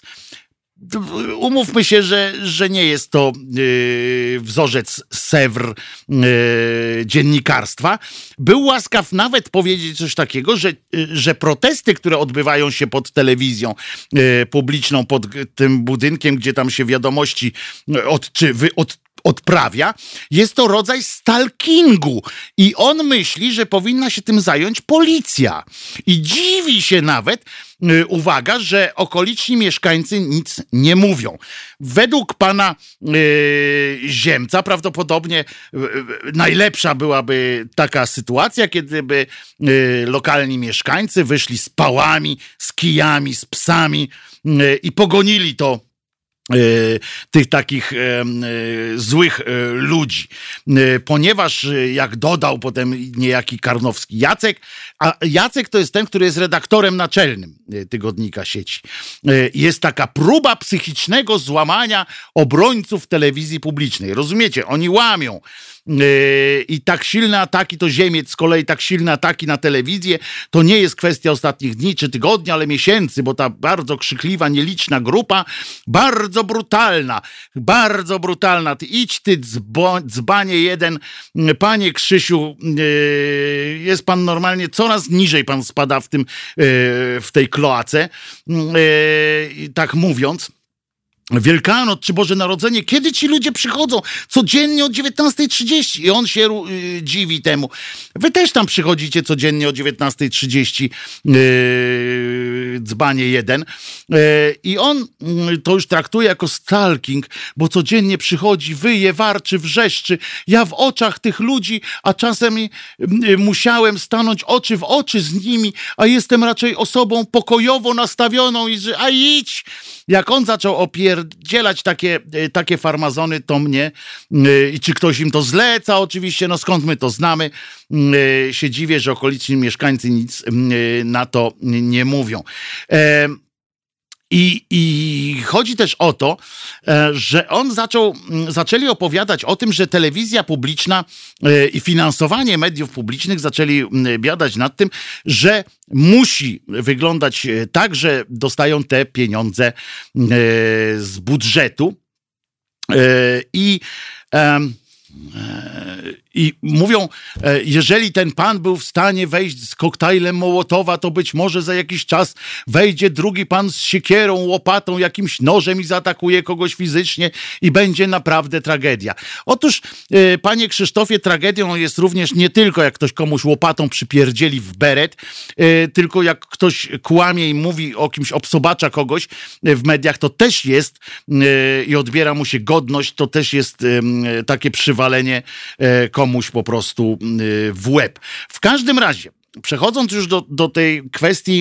umówmy się, że, że nie jest to yy, wzorzec Sewr yy, dziennikarstwa, był łaskaw nawet powiedzieć coś takiego, że, yy, że protesty, które odbywają się pod telewizją yy, publiczną, pod tym budynkiem, gdzie tam się wiadomości od, czy wy, od odprawia, jest to rodzaj stalkingu i on myśli, że powinna się tym zająć policja i dziwi się nawet, yy, uwaga, że okoliczni mieszkańcy nic nie mówią. Według pana yy, Ziemca prawdopodobnie yy, najlepsza byłaby taka sytuacja, kiedy by yy, lokalni mieszkańcy wyszli z pałami, z kijami, z psami yy, i pogonili to tych takich e, e, złych e, ludzi. E, ponieważ, e, jak dodał potem niejaki Karnowski Jacek, a Jacek to jest ten, który jest redaktorem naczelnym e, tygodnika sieci. E, jest taka próba psychicznego złamania obrońców telewizji publicznej. Rozumiecie? Oni łamią. I tak silne ataki, to Ziemiec z kolei tak silne ataki na telewizję, to nie jest kwestia ostatnich dni czy tygodni, ale miesięcy, bo ta bardzo krzykliwa, nieliczna grupa bardzo bardzo brutalna, bardzo brutalna. Ty idź ty dzbo, dzbanie jeden, panie Krzysiu, yy, jest pan normalnie, coraz niżej pan spada w tym, yy, w tej kloace, yy, tak mówiąc. Wielkanoc czy Boże Narodzenie, kiedy ci ludzie przychodzą? Codziennie o dziewiętnastej trzydzieści i on się yy, dziwi temu. Wy też tam przychodzicie codziennie o dziewiętnastej trzydzieści, yy, dzbanie jeden, yy, i on yy, to już traktuje jako stalking, bo codziennie przychodzi, wyje, warczy, wrzeszczy. Ja w oczach tych ludzi, a czasem yy, musiałem stanąć oczy w oczy z nimi, a jestem raczej osobą pokojowo nastawioną i że a idź! Jak on zaczął opierdzielać takie, takie farmazony, to mnie, i czy ktoś im to zleca oczywiście, no skąd my to znamy, się dziwię, że okoliczni mieszkańcy nic na to nie mówią. I, I chodzi też o to, że on zaczął, zaczęli opowiadać o tym, że telewizja publiczna i finansowanie mediów publicznych zaczęli biadać nad tym, że musi wyglądać tak, że dostają te pieniądze z budżetu i I mówią, jeżeli ten pan był w stanie wejść z koktajlem Mołotowa, to być może za jakiś czas wejdzie drugi pan z siekierą, łopatą, jakimś nożem i zaatakuje kogoś fizycznie i będzie naprawdę tragedia. Otóż, panie Krzysztofie, tragedią jest również nie tylko jak ktoś komuś łopatą przypierdzieli w beret, tylko jak ktoś kłamie i mówi o kimś, obsobacza kogoś w mediach, to też jest i odbiera mu się godność, to też jest takie przywalenie komuś po prostu w łeb. W każdym razie, przechodząc już do, do tej kwestii,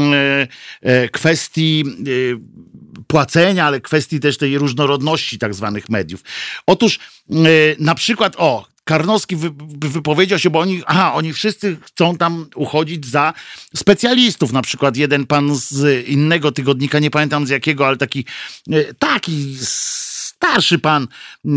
kwestii płacenia, ale kwestii też tej różnorodności tak zwanych mediów. Otóż na przykład, o, Karnowski wy, wypowiedział się, bo oni, aha, oni wszyscy chcą tam uchodzić za specjalistów. Na przykład jeden pan z innego tygodnika, nie pamiętam z jakiego, ale taki, taki starszy pan,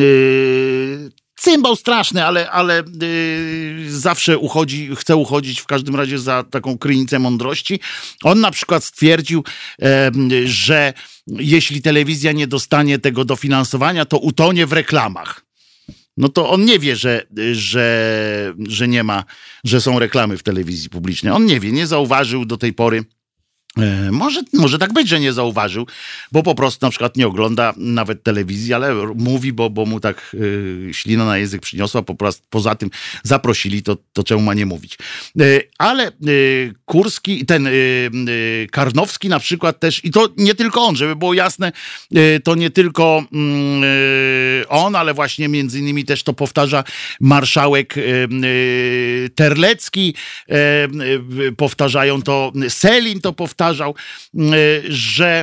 cymbał straszny, ale, ale yy, zawsze uchodzi, chce uchodzić w każdym razie za taką krynicę mądrości. On na przykład stwierdził, yy, że jeśli telewizja nie dostanie tego dofinansowania, to utonie w reklamach. No to on nie wie, że, że, że nie ma, że są reklamy w telewizji publicznej. On nie wie, nie zauważył do tej pory. Może, może tak być, że nie zauważył, bo po prostu na przykład nie ogląda nawet telewizji, ale mówi, bo, bo mu tak yy, ślina na język przyniosła, po prostu, poza tym zaprosili, to, to czemu ma nie mówić. Yy, ale yy, Kurski, ten yy, yy, Karnowski na przykład też, i to nie tylko on, żeby było jasne, yy, to nie tylko yy, on, ale właśnie między innymi też to powtarza marszałek yy, yy, Terlecki, yy, yy, powtarzają to, Selin to powtarza, powtarzał, że,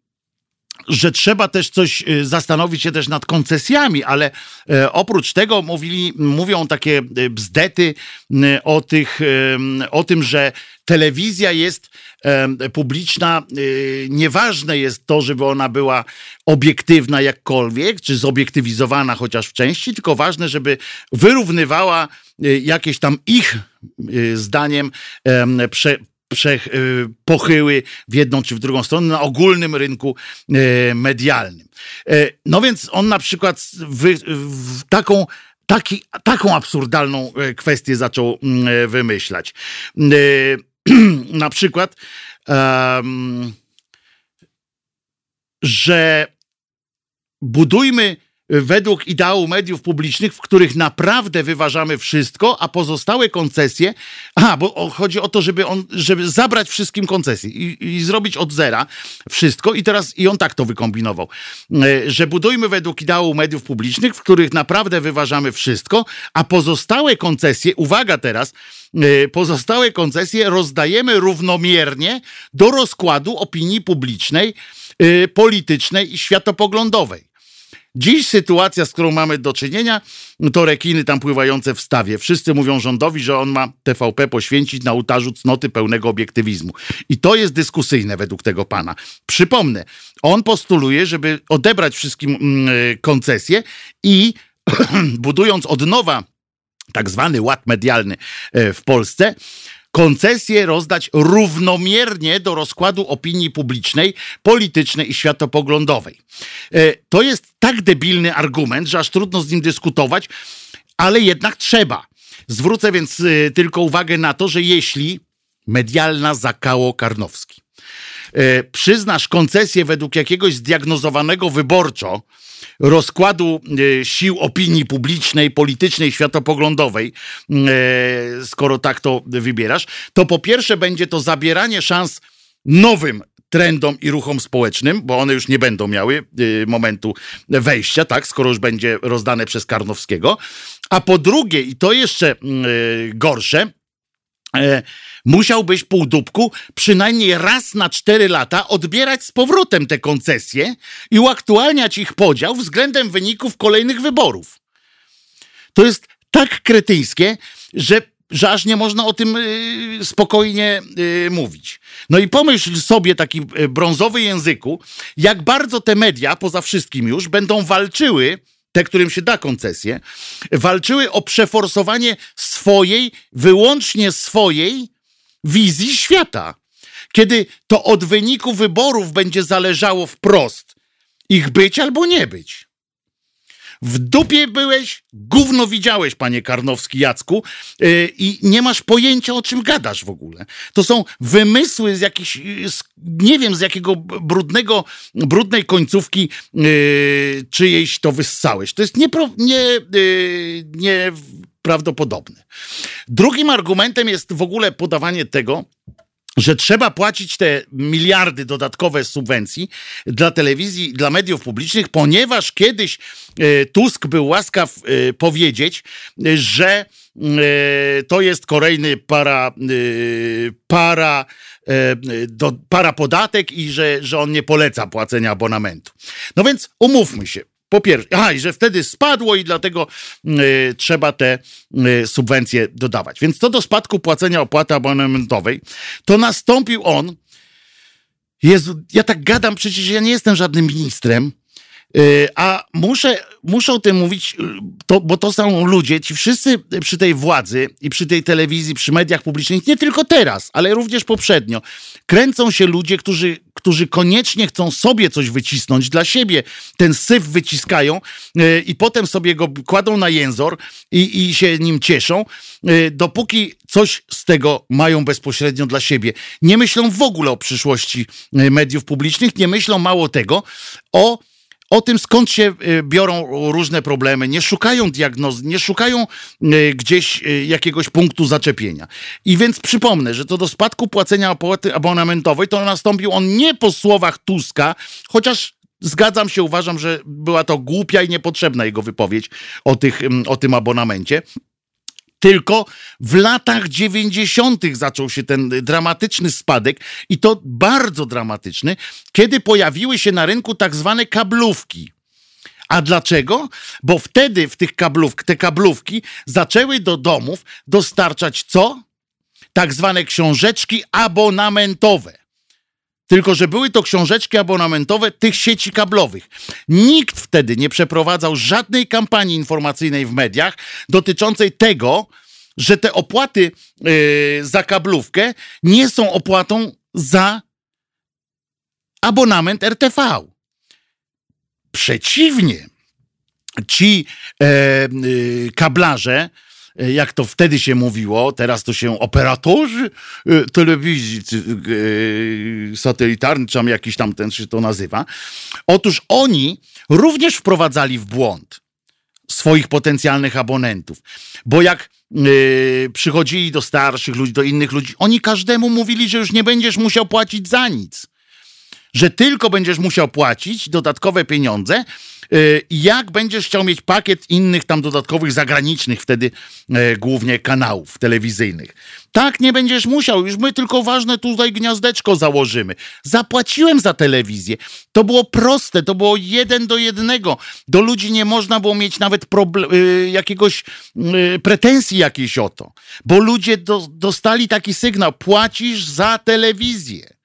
że trzeba też coś zastanowić się też nad koncesjami, ale oprócz tego mówili, mówią takie bzdety o, tych, o tym, że telewizja jest publiczna, nieważne jest to, żeby ona była obiektywna jakkolwiek, czy zobiektywizowana chociaż w części, tylko ważne, żeby wyrównywała jakieś tam ich zdaniem prze Prze, pochyły w jedną czy w drugą stronę na ogólnym rynku medialnym. No więc on na przykład wy, taką, taki, taką absurdalną kwestię zaczął wymyślać. Na przykład, um, że budujmy według ideału mediów publicznych, w których naprawdę wyważamy wszystko, a pozostałe koncesje, aha, bo chodzi o to, żeby on, żeby zabrać wszystkim koncesje i, i zrobić od zera wszystko i teraz, i on tak to wykombinował, że budujmy według ideału mediów publicznych, w których naprawdę wyważamy wszystko, a pozostałe koncesje, uwaga teraz, pozostałe koncesje rozdajemy równomiernie do rozkładu opinii publicznej, politycznej i światopoglądowej. Dziś sytuacja, z którą mamy do czynienia, to rekiny tam pływające w stawie. Wszyscy mówią rządowi, że on ma T V P poświęcić na ołtarzu cnoty pełnego obiektywizmu. I to jest dyskusyjne według tego pana. Przypomnę, on postuluje, żeby odebrać wszystkim mm, koncesje i budując od nowa tak zwany ład medialny w Polsce, koncesje rozdać równomiernie do rozkładu opinii publicznej, politycznej i światopoglądowej. To jest tak debilny argument, że aż trudno z nim dyskutować, ale jednak trzeba. Zwrócę więc tylko uwagę na to, że jeśli medialna Zakało Karnowski przyznasz koncesję według jakiegoś zdiagnozowanego wyborczo rozkładu e, sił opinii publicznej, politycznej, światopoglądowej, e, skoro tak to wybierasz, to po pierwsze będzie to zabieranie szans nowym trendom i ruchom społecznym, bo one już nie będą miały e, momentu wejścia, tak, skoro już będzie rozdane przez Karnowskiego, a po drugie, i to jeszcze e, gorsze, e, musiałbyś, półdubku, przynajmniej raz na cztery lata odbierać z powrotem te koncesje i uaktualniać ich podział względem wyników kolejnych wyborów. To jest tak kretyńskie, że, że aż nie można o tym yy, spokojnie yy, mówić. No i pomyśl sobie, taki brązowy języku, jak bardzo te media, poza wszystkim już, będą walczyły, te, którym się da koncesję, walczyły o przeforsowanie swojej, wyłącznie swojej wizji świata. Kiedy to od wyniku wyborów będzie zależało wprost ich być albo nie być. W dupie byłeś, gówno widziałeś, panie Karnowski Jacku, yy, i nie masz pojęcia, o czym gadasz w ogóle. To są wymysły z jakichś, z, nie wiem, z jakiego brudnego, brudnej końcówki yy, czyjejś to wyssałeś. To jest niepro, nie, yy, nieprawdopodobne. Drugim argumentem jest w ogóle podawanie tego, że trzeba płacić te miliardy dodatkowe subwencji dla telewizji, dla mediów publicznych, ponieważ kiedyś e, Tusk był łaskaw e, powiedzieć, e, że e, to jest kolejny para, e, para, e, do, para podatek i że, że on nie poleca płacenia abonamentu. No więc umówmy się. Po pierwsze, aha, i że wtedy spadło i dlatego y, trzeba te y, subwencje dodawać. Więc co do spadku płacenia opłaty abonamentowej, to nastąpił on, Jezu, ja tak gadam, przecież ja nie jestem żadnym ministrem, y, a muszę, muszę o tym mówić, to, bo to są ludzie, ci wszyscy przy tej władzy i przy tej telewizji, przy mediach publicznych, nie tylko teraz, ale również poprzednio, kręcą się ludzie, którzy którzy koniecznie chcą sobie coś wycisnąć dla siebie. Ten syf wyciskają yy, i potem sobie go kładą na jęzor i, i się nim cieszą, yy, dopóki coś z tego mają bezpośrednio dla siebie. Nie myślą w ogóle o przyszłości yy, mediów publicznych, nie myślą mało tego o O tym, skąd się biorą różne problemy, nie szukają diagnozy, nie szukają gdzieś jakiegoś punktu zaczepienia. I więc przypomnę, że to do spadku płacenia opłaty abonamentowej to nastąpił on nie po słowach Tuska, chociaż zgadzam się, uważam, że była to głupia i niepotrzebna jego wypowiedź o, tych, o tym abonamencie. Tylko w latach dziewięćdziesiątych zaczął się ten dramatyczny spadek i to bardzo dramatyczny, kiedy pojawiły się na rynku tak zwane kablówki. A dlaczego? Bo wtedy w tych kablówk, te kablówki zaczęły do domów dostarczać co? Tak zwane książeczki abonamentowe. Tylko że były to książeczki abonamentowe tych sieci kablowych. Nikt wtedy nie przeprowadzał żadnej kampanii informacyjnej w mediach dotyczącej tego, że te opłaty yy, za kablówkę nie są opłatą za abonament R T V. Przeciwnie, ci e, yy, kablarze, jak to wtedy się mówiło, teraz to się operatorzy telewizji satelitarnej, czy tam jakiś tam ten się to nazywa. Otóż oni również wprowadzali w błąd swoich potencjalnych abonentów. Bo jak yy, przychodzili do starszych ludzi, do innych ludzi, oni każdemu mówili, że już nie będziesz musiał płacić za nic. Że tylko będziesz musiał płacić dodatkowe pieniądze, jak będziesz chciał mieć pakiet innych tam dodatkowych zagranicznych wtedy e, głównie kanałów telewizyjnych. Tak, nie będziesz musiał, już my tylko ważne tutaj gniazdeczko założymy. Zapłaciłem za telewizję. To było proste, to było jeden do jednego. Do ludzi nie można było mieć nawet problem, y, jakiegoś y, pretensji jakiejś o to. Bo ludzie do, dostali taki sygnał, płacisz za telewizję.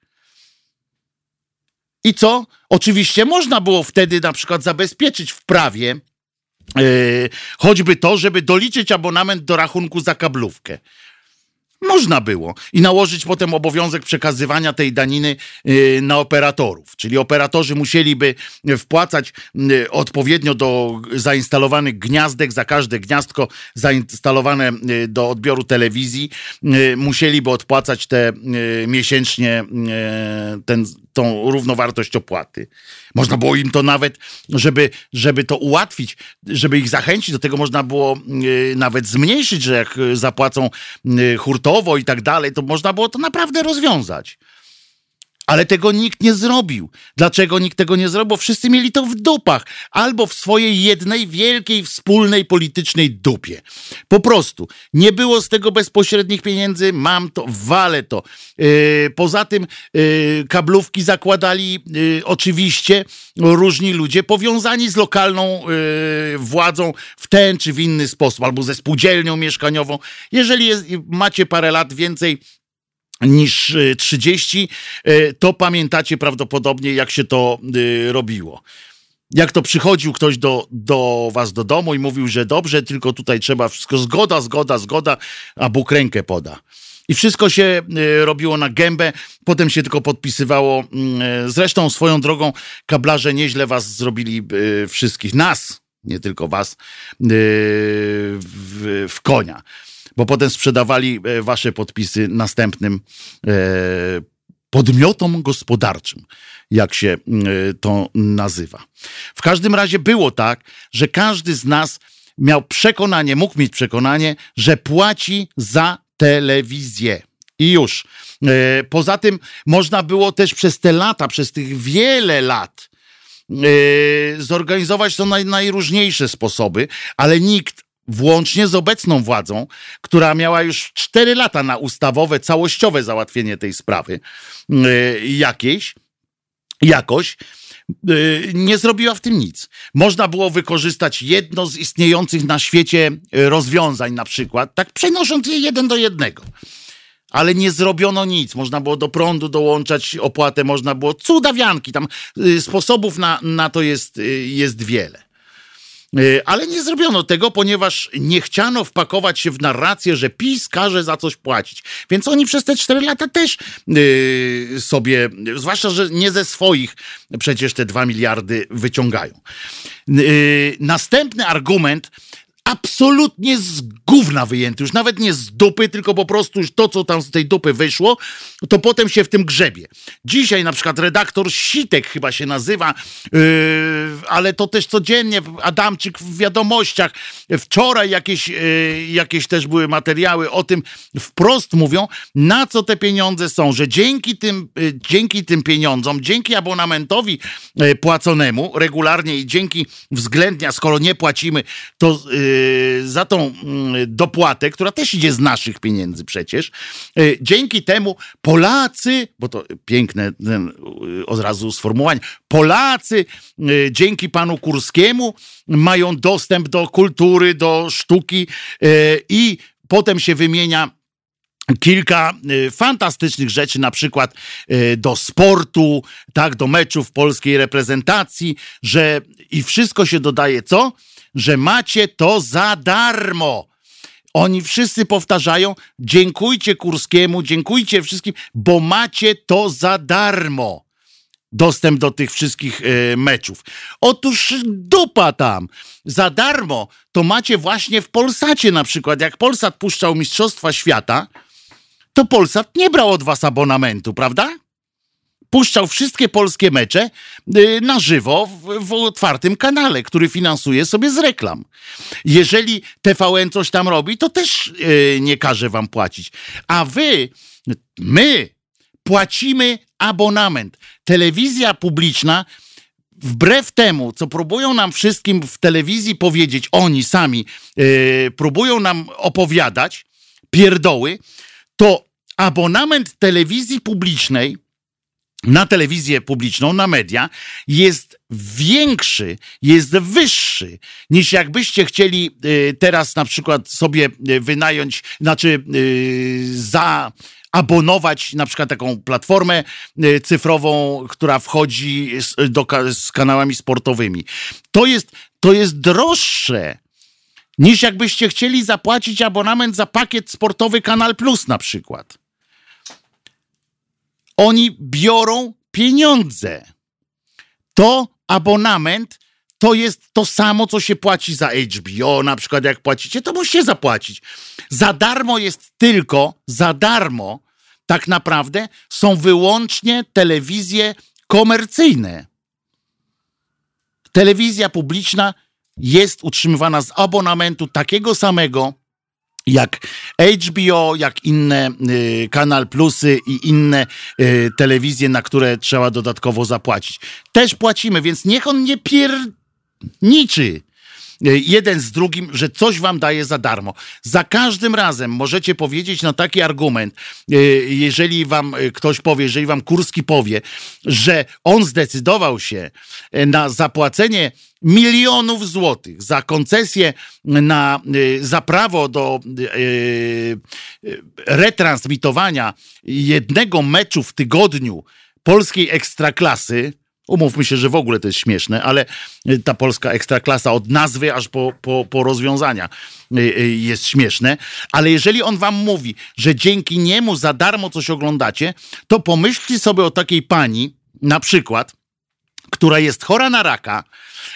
I co? Oczywiście można było wtedy na przykład zabezpieczyć w prawie yy, choćby to, żeby doliczyć abonament do rachunku za kablówkę. Można było. I nałożyć potem obowiązek przekazywania tej daniny na operatorów. Czyli operatorzy musieliby wpłacać odpowiednio do zainstalowanych gniazdek, za każde gniazdko zainstalowane do odbioru telewizji, musieliby odpłacać te miesięcznie ten, tą równowartość opłaty. Można było im to nawet, żeby, żeby to ułatwić, żeby ich zachęcić do tego, można było nawet zmniejszyć, że jak zapłacą hurtowo i tak dalej, to można było to naprawdę rozwiązać. Ale tego nikt nie zrobił. Dlaczego nikt tego nie zrobił? Bo wszyscy mieli to w dupach. Albo w swojej jednej wielkiej, wspólnej, politycznej dupie. Po prostu. Nie było z tego bezpośrednich pieniędzy. Mam to, walę to. Yy, poza tym yy, kablówki zakładali yy, oczywiście różni ludzie powiązani z lokalną yy, władzą w ten czy w inny sposób. Albo ze spółdzielnią mieszkaniową. Jeżeli jest, macie parę lat więcej niż trzydzieści, to pamiętacie prawdopodobnie, jak się to robiło. Jak to przychodził ktoś do, do was do domu i mówił, że dobrze, tylko tutaj trzeba wszystko zgoda, zgoda, zgoda, a Bóg rękę poda. I wszystko się robiło na gębę, potem się tylko podpisywało. Zresztą swoją drogą kablarze nieźle was zrobili, wszystkich nas, nie tylko was, w, w konia. Bo potem sprzedawali wasze podpisy następnym e, podmiotom gospodarczym, jak się e, to nazywa. W każdym razie było tak, że każdy z nas miał przekonanie, mógł mieć przekonanie, że płaci za telewizję. I już. E, poza tym można było też przez te lata, przez tych wiele lat e, zorganizować to na najróżniejsze sposoby, ale nikt, włącznie z obecną władzą, która miała już cztery lata na ustawowe, całościowe załatwienie tej sprawy yy, jakiejś, jakoś, yy, nie zrobiła w tym nic. Można było wykorzystać jedno z istniejących na świecie rozwiązań na przykład, tak przenosząc je jeden do jednego. Ale nie zrobiono nic. Można było do prądu dołączać opłatę, można było cudawianki. Tam yy, sposobów na, na to jest, yy, jest wiele. Ale nie zrobiono tego, ponieważ nie chciano wpakować się w narrację, że PiS każe za coś płacić. Więc oni przez te cztery lata też yy, sobie, zwłaszcza, że nie ze swoich przecież te dwa miliardy wyciągają. Yy, następny argument, absolutnie z gówna wyjęty, już nawet nie z dupy, tylko po prostu już to, co tam z tej dupy wyszło, to potem się w tym grzebie. Dzisiaj na przykład redaktor Sitek chyba się nazywa, yy, ale to też codziennie, Adamczyk w wiadomościach, wczoraj jakieś, yy, jakieś też były materiały o tym, wprost mówią, na co te pieniądze są, że dzięki tym, yy, dzięki tym pieniądzom, dzięki abonamentowi yy, płaconemu regularnie i dzięki względnie, a skoro nie płacimy, to yy, za tą dopłatę, która też idzie z naszych pieniędzy przecież, dzięki temu Polacy, bo to piękne od razu sformułowanie, Polacy dzięki panu Kurskiemu mają dostęp do kultury, do sztuki i potem się wymienia kilka fantastycznych rzeczy, na przykład do sportu, tak, do meczów polskiej reprezentacji, że i wszystko się dodaje co? Że macie to za darmo. Oni wszyscy powtarzają, dziękujcie Kurskiemu, dziękujcie wszystkim, bo macie to za darmo. Dostęp do tych wszystkich y, meczów. Otóż dupa tam. Za darmo to macie właśnie w Polsacie na przykład. Jak Polsat puszczał Mistrzostwa Świata, to Polsat nie brał od was abonamentu, prawda? Puszczał wszystkie polskie mecze na żywo w, w otwartym kanale, który finansuje sobie z reklam. Jeżeli T V N coś tam robi, to też yy, nie każe wam płacić. A wy, my płacimy abonament. Telewizja publiczna, wbrew temu, co próbują nam wszystkim w telewizji powiedzieć, oni sami yy, próbują nam opowiadać pierdoły, to abonament telewizji publicznej na telewizję publiczną, na media, jest większy, jest wyższy, niż jakbyście chcieli y, teraz na przykład sobie wynająć, znaczy y, zaabonować na przykład taką platformę y, cyfrową, która wchodzi z, do, z kanałami sportowymi. To jest, to jest droższe. niż jakbyście chcieli zapłacić abonament za pakiet sportowy Kanal Plus na przykład. Oni biorą pieniądze. To abonament to jest to samo, co się płaci za H B O, na przykład jak płacicie, to musicie zapłacić. Za darmo jest tylko, za darmo tak naprawdę są wyłącznie telewizje komercyjne. Telewizja publiczna jest utrzymywana z abonamentu takiego samego jak H B O, jak inne y, Kanal Plusy i inne y, telewizje, na które trzeba dodatkowo zapłacić. Też płacimy, więc niech on nie pierniczy jeden z drugim, że coś wam daje za darmo. Za każdym razem możecie powiedzieć na taki argument, jeżeli wam ktoś powie, jeżeli wam Kurski powie, że on zdecydował się na zapłacenie milionów złotych za koncesję, na, za prawo do retransmitowania jednego meczu w tygodniu polskiej ekstraklasy. Umówmy się, że w ogóle to jest śmieszne, ale ta polska ekstraklasa od nazwy aż po, po, po rozwiązania jest śmieszne. Ale jeżeli on wam mówi, że dzięki niemu za darmo coś oglądacie, to pomyślcie sobie o takiej pani, na przykład, która jest chora na raka,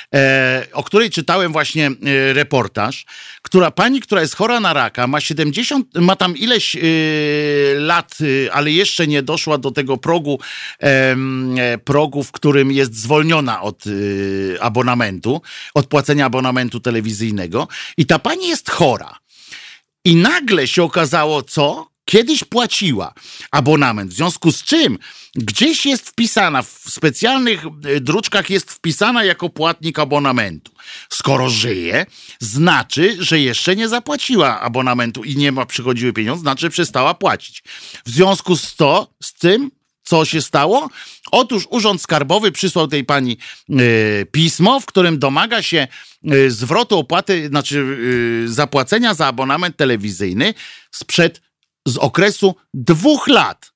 e, o której czytałem właśnie e, reportaż, która pani, która jest chora na raka, ma siedemdziesiąt, ma tam ileś e, lat, e, ale jeszcze nie doszła do tego progu, e, progu, w którym jest zwolniona od e, abonamentu, od płacenia abonamentu telewizyjnego i ta pani jest chora. I nagle się okazało, co? Kiedyś płaciła abonament, w związku z czym gdzieś jest wpisana, w specjalnych druczkach jest wpisana jako płatnik abonamentu. Skoro żyje, znaczy, że jeszcze nie zapłaciła abonamentu i nie ma przychodziły pieniądze, znaczy, że przestała płacić. W związku z, to, z tym, co się stało? Otóż Urząd Skarbowy przysłał tej pani y, pismo, w którym domaga się y, zwrotu opłaty, znaczy y, zapłacenia za abonament telewizyjny sprzed z okresu dwóch lat.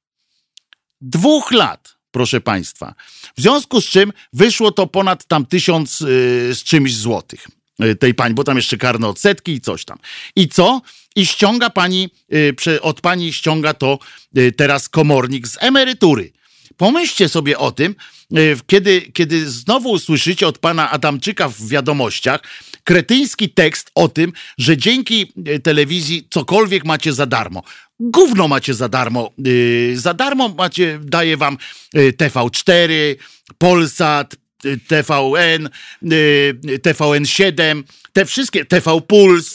Dwóch lat, proszę państwa. W związku z czym wyszło to ponad tam tysiąc yy, z czymś złotych yy, tej pani, bo tam jeszcze karne odsetki i coś tam. I co? I ściąga pani, yy, prze, od pani ściąga to yy, teraz komornik z emerytury. Pomyślcie sobie o tym, yy, kiedy, kiedy znowu usłyszycie od pana Adamczyka w wiadomościach kretyński tekst o tym, że dzięki yy, telewizji cokolwiek macie za darmo. Gówno macie za darmo. Yy, za darmo macie, daje wam yy, T V cztery, Polsat, yy, T V N, yy, T V N siedem, te wszystkie, T V Puls,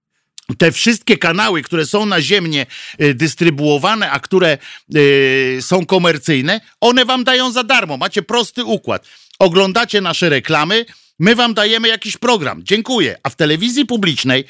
te wszystkie kanały, które są naziemnie yy, dystrybuowane, a które yy, są komercyjne, one wam dają za darmo. Macie prosty układ. Oglądacie nasze reklamy, my wam dajemy jakiś program. Dziękuję. A w telewizji publicznej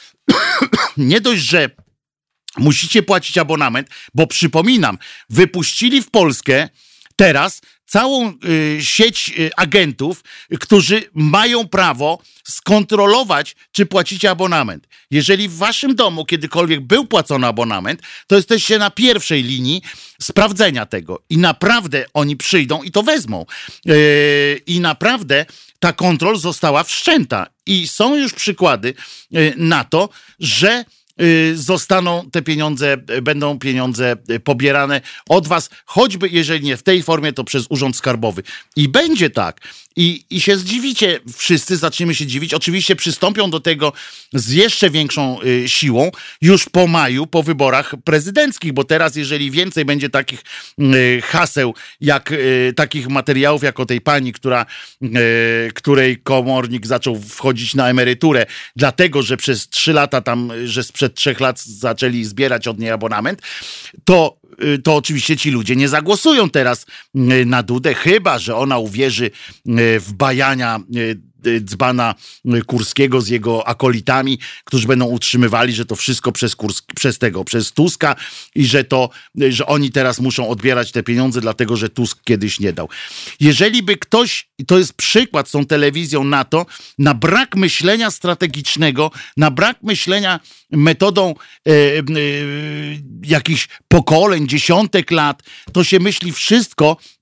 nie dość, że musicie płacić abonament, bo przypominam, wypuścili w Polskę teraz całą y, sieć y, agentów, y, którzy mają prawo skontrolować, czy płacicie abonament. Jeżeli w waszym domu kiedykolwiek był płacony abonament, to jesteście na pierwszej linii sprawdzenia tego. I naprawdę oni przyjdą i to wezmą. Yy, I naprawdę ta kontrola została wszczęta. I są już przykłady y, na to, że zostaną te pieniądze, będą pieniądze pobierane od was, choćby jeżeli nie w tej formie, to przez Urząd Skarbowy. I będzie tak. I, i się zdziwicie, wszyscy zaczniemy się dziwić. Oczywiście przystąpią do tego z jeszcze większą y, siłą już po maju, po wyborach prezydenckich, bo teraz jeżeli więcej będzie takich y, haseł, jak y, takich materiałów, jak o tej pani, która, y, której komornik zaczął wchodzić na emeryturę, dlatego, że przez trzy lata tam, że sprzed trzech lat zaczęli zbierać od niej abonament, to to oczywiście ci ludzie nie zagłosują teraz na Dudę, chyba że ona uwierzy w bajania dzbana Kurskiego z jego akolitami, którzy będą utrzymywali, że to wszystko przez, Kurs, przez tego, przez Tuska i że to, że oni teraz muszą odbierać te pieniądze, dlatego że Tusk kiedyś nie dał. Jeżeli by ktoś, i to jest przykład z tą telewizją na to, na brak myślenia strategicznego, na brak myślenia metodą e, e, jakichś pokoleń, dziesiątek lat, to się myśli wszystko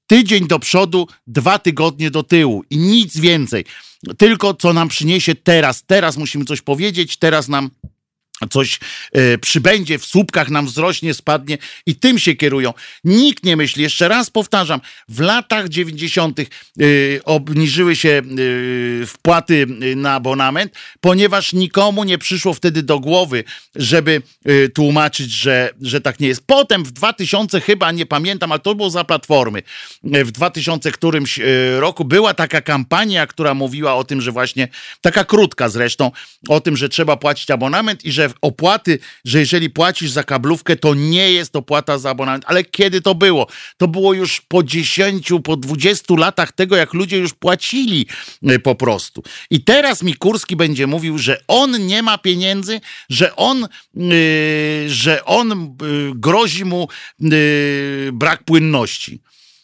tydzień do przodu, dwa tygodnie do tyłu i nic więcej. Tylko co nam przyniesie teraz. Teraz musimy coś powiedzieć, teraz nam coś e, przybędzie, w słupkach nam wzrośnie, spadnie i tym się kierują. Nikt nie myśli, jeszcze raz powtarzam, w latach dziewięćdziesiątych e, obniżyły się e, wpłaty na abonament, ponieważ nikomu nie przyszło wtedy do głowy, żeby e, tłumaczyć, że, że tak nie jest. Potem w dwa tysiące chyba, nie pamiętam, ale to było za Platformy, e, w dwa tysiące którymś e, roku była taka kampania, która mówiła o tym, że właśnie, taka krótka zresztą, o tym, że trzeba płacić abonament i że opłaty, że jeżeli płacisz za kablówkę, to nie jest opłata za abonament. Ale kiedy to było? To było już po dziesięciu, po dwudziestu latach tego, jak ludzie już płacili po prostu. I teraz mi Kurski będzie mówił, że on nie ma pieniędzy, że on, yy, że on yy, grozi mu yy, brak płynności.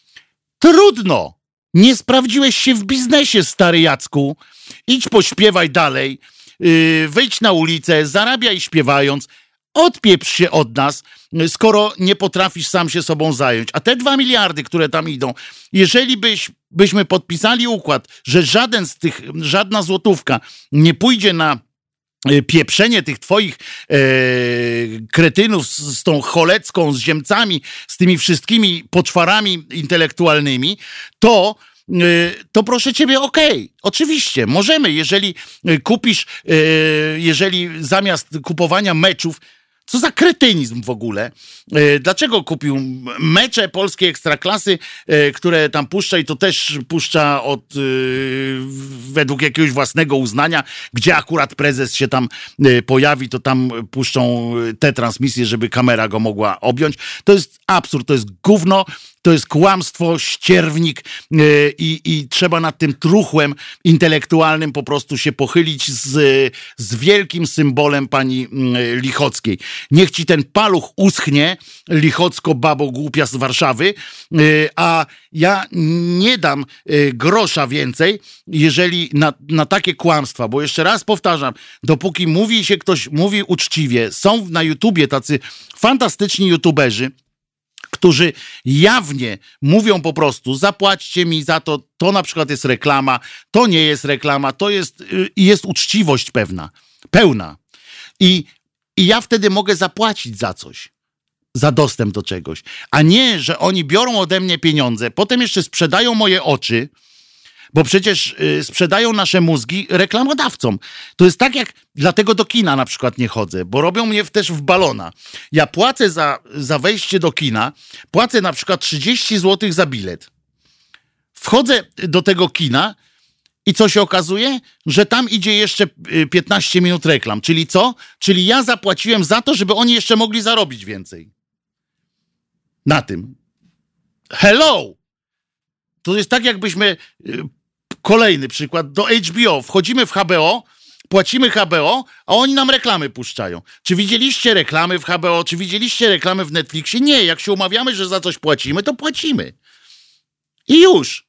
Trudno. Nie sprawdziłeś się w biznesie, stary Jacku. Idź pośpiewaj dalej. Yy, wyjdź na ulicę, zarabiaj śpiewając, odpieprz się od nas, skoro nie potrafisz sam się sobą zająć. A te dwa miliardy, które tam idą, jeżeli byś, byśmy podpisali układ, że żaden z tych, żadna złotówka nie pójdzie na pieprzenie tych twoich e, kretynów z, z tą cholecką, z Ziemcami, z tymi wszystkimi poczwarami intelektualnymi, to to proszę ciebie, okej, okay, oczywiście, możemy, jeżeli kupisz, jeżeli zamiast kupowania meczów, co za kretynizm w ogóle, dlaczego kupił mecze polskiej ekstraklasy, które tam puszcza i to też puszcza od według jakiegoś własnego uznania, gdzie akurat prezes się tam pojawi, to tam puszczą te transmisje, żeby kamera go mogła objąć. To jest absurd, to jest gówno, to jest kłamstwo, ścierwnik i, i trzeba nad tym truchłem intelektualnym po prostu się pochylić z, z wielkim symbolem pani Lichockiej. Niech ci ten paluch uschnie, Lichocko, babo głupia z Warszawy, a ja nie dam grosza więcej, jeżeli na, na takie kłamstwa, bo jeszcze raz powtarzam, dopóki mówi się ktoś, mówi uczciwie, są na YouTubie tacy fantastyczni youtuberzy, którzy jawnie mówią po prostu, zapłaćcie mi za to, to na przykład jest reklama, to nie jest reklama, to jest, jest uczciwość pewna, pełna. I, i ja wtedy mogę zapłacić za coś, za dostęp do czegoś, a nie, że oni biorą ode mnie pieniądze, potem jeszcze sprzedają moje oczy, bo przecież y, sprzedają nasze mózgi reklamodawcom. To jest tak jak, dlatego do kina na przykład nie chodzę, bo robią mnie też w balona. Ja płacę za, za wejście do kina, płacę na przykład trzydzieści złotych za bilet. Wchodzę do tego kina i co się okazuje? Że tam idzie jeszcze piętnaście minut reklam. Czyli co? Czyli ja zapłaciłem za to, żeby oni jeszcze mogli zarobić więcej. Na tym. Hello! To jest tak, jakbyśmy... Kolejny przykład, do H B O. Wchodzimy w H B O, płacimy H B O, a oni nam reklamy puszczają. Czy widzieliście reklamy w H B O? Czy widzieliście reklamy w Netflixie? Nie, jak się umawiamy, że za coś płacimy, to płacimy. I już.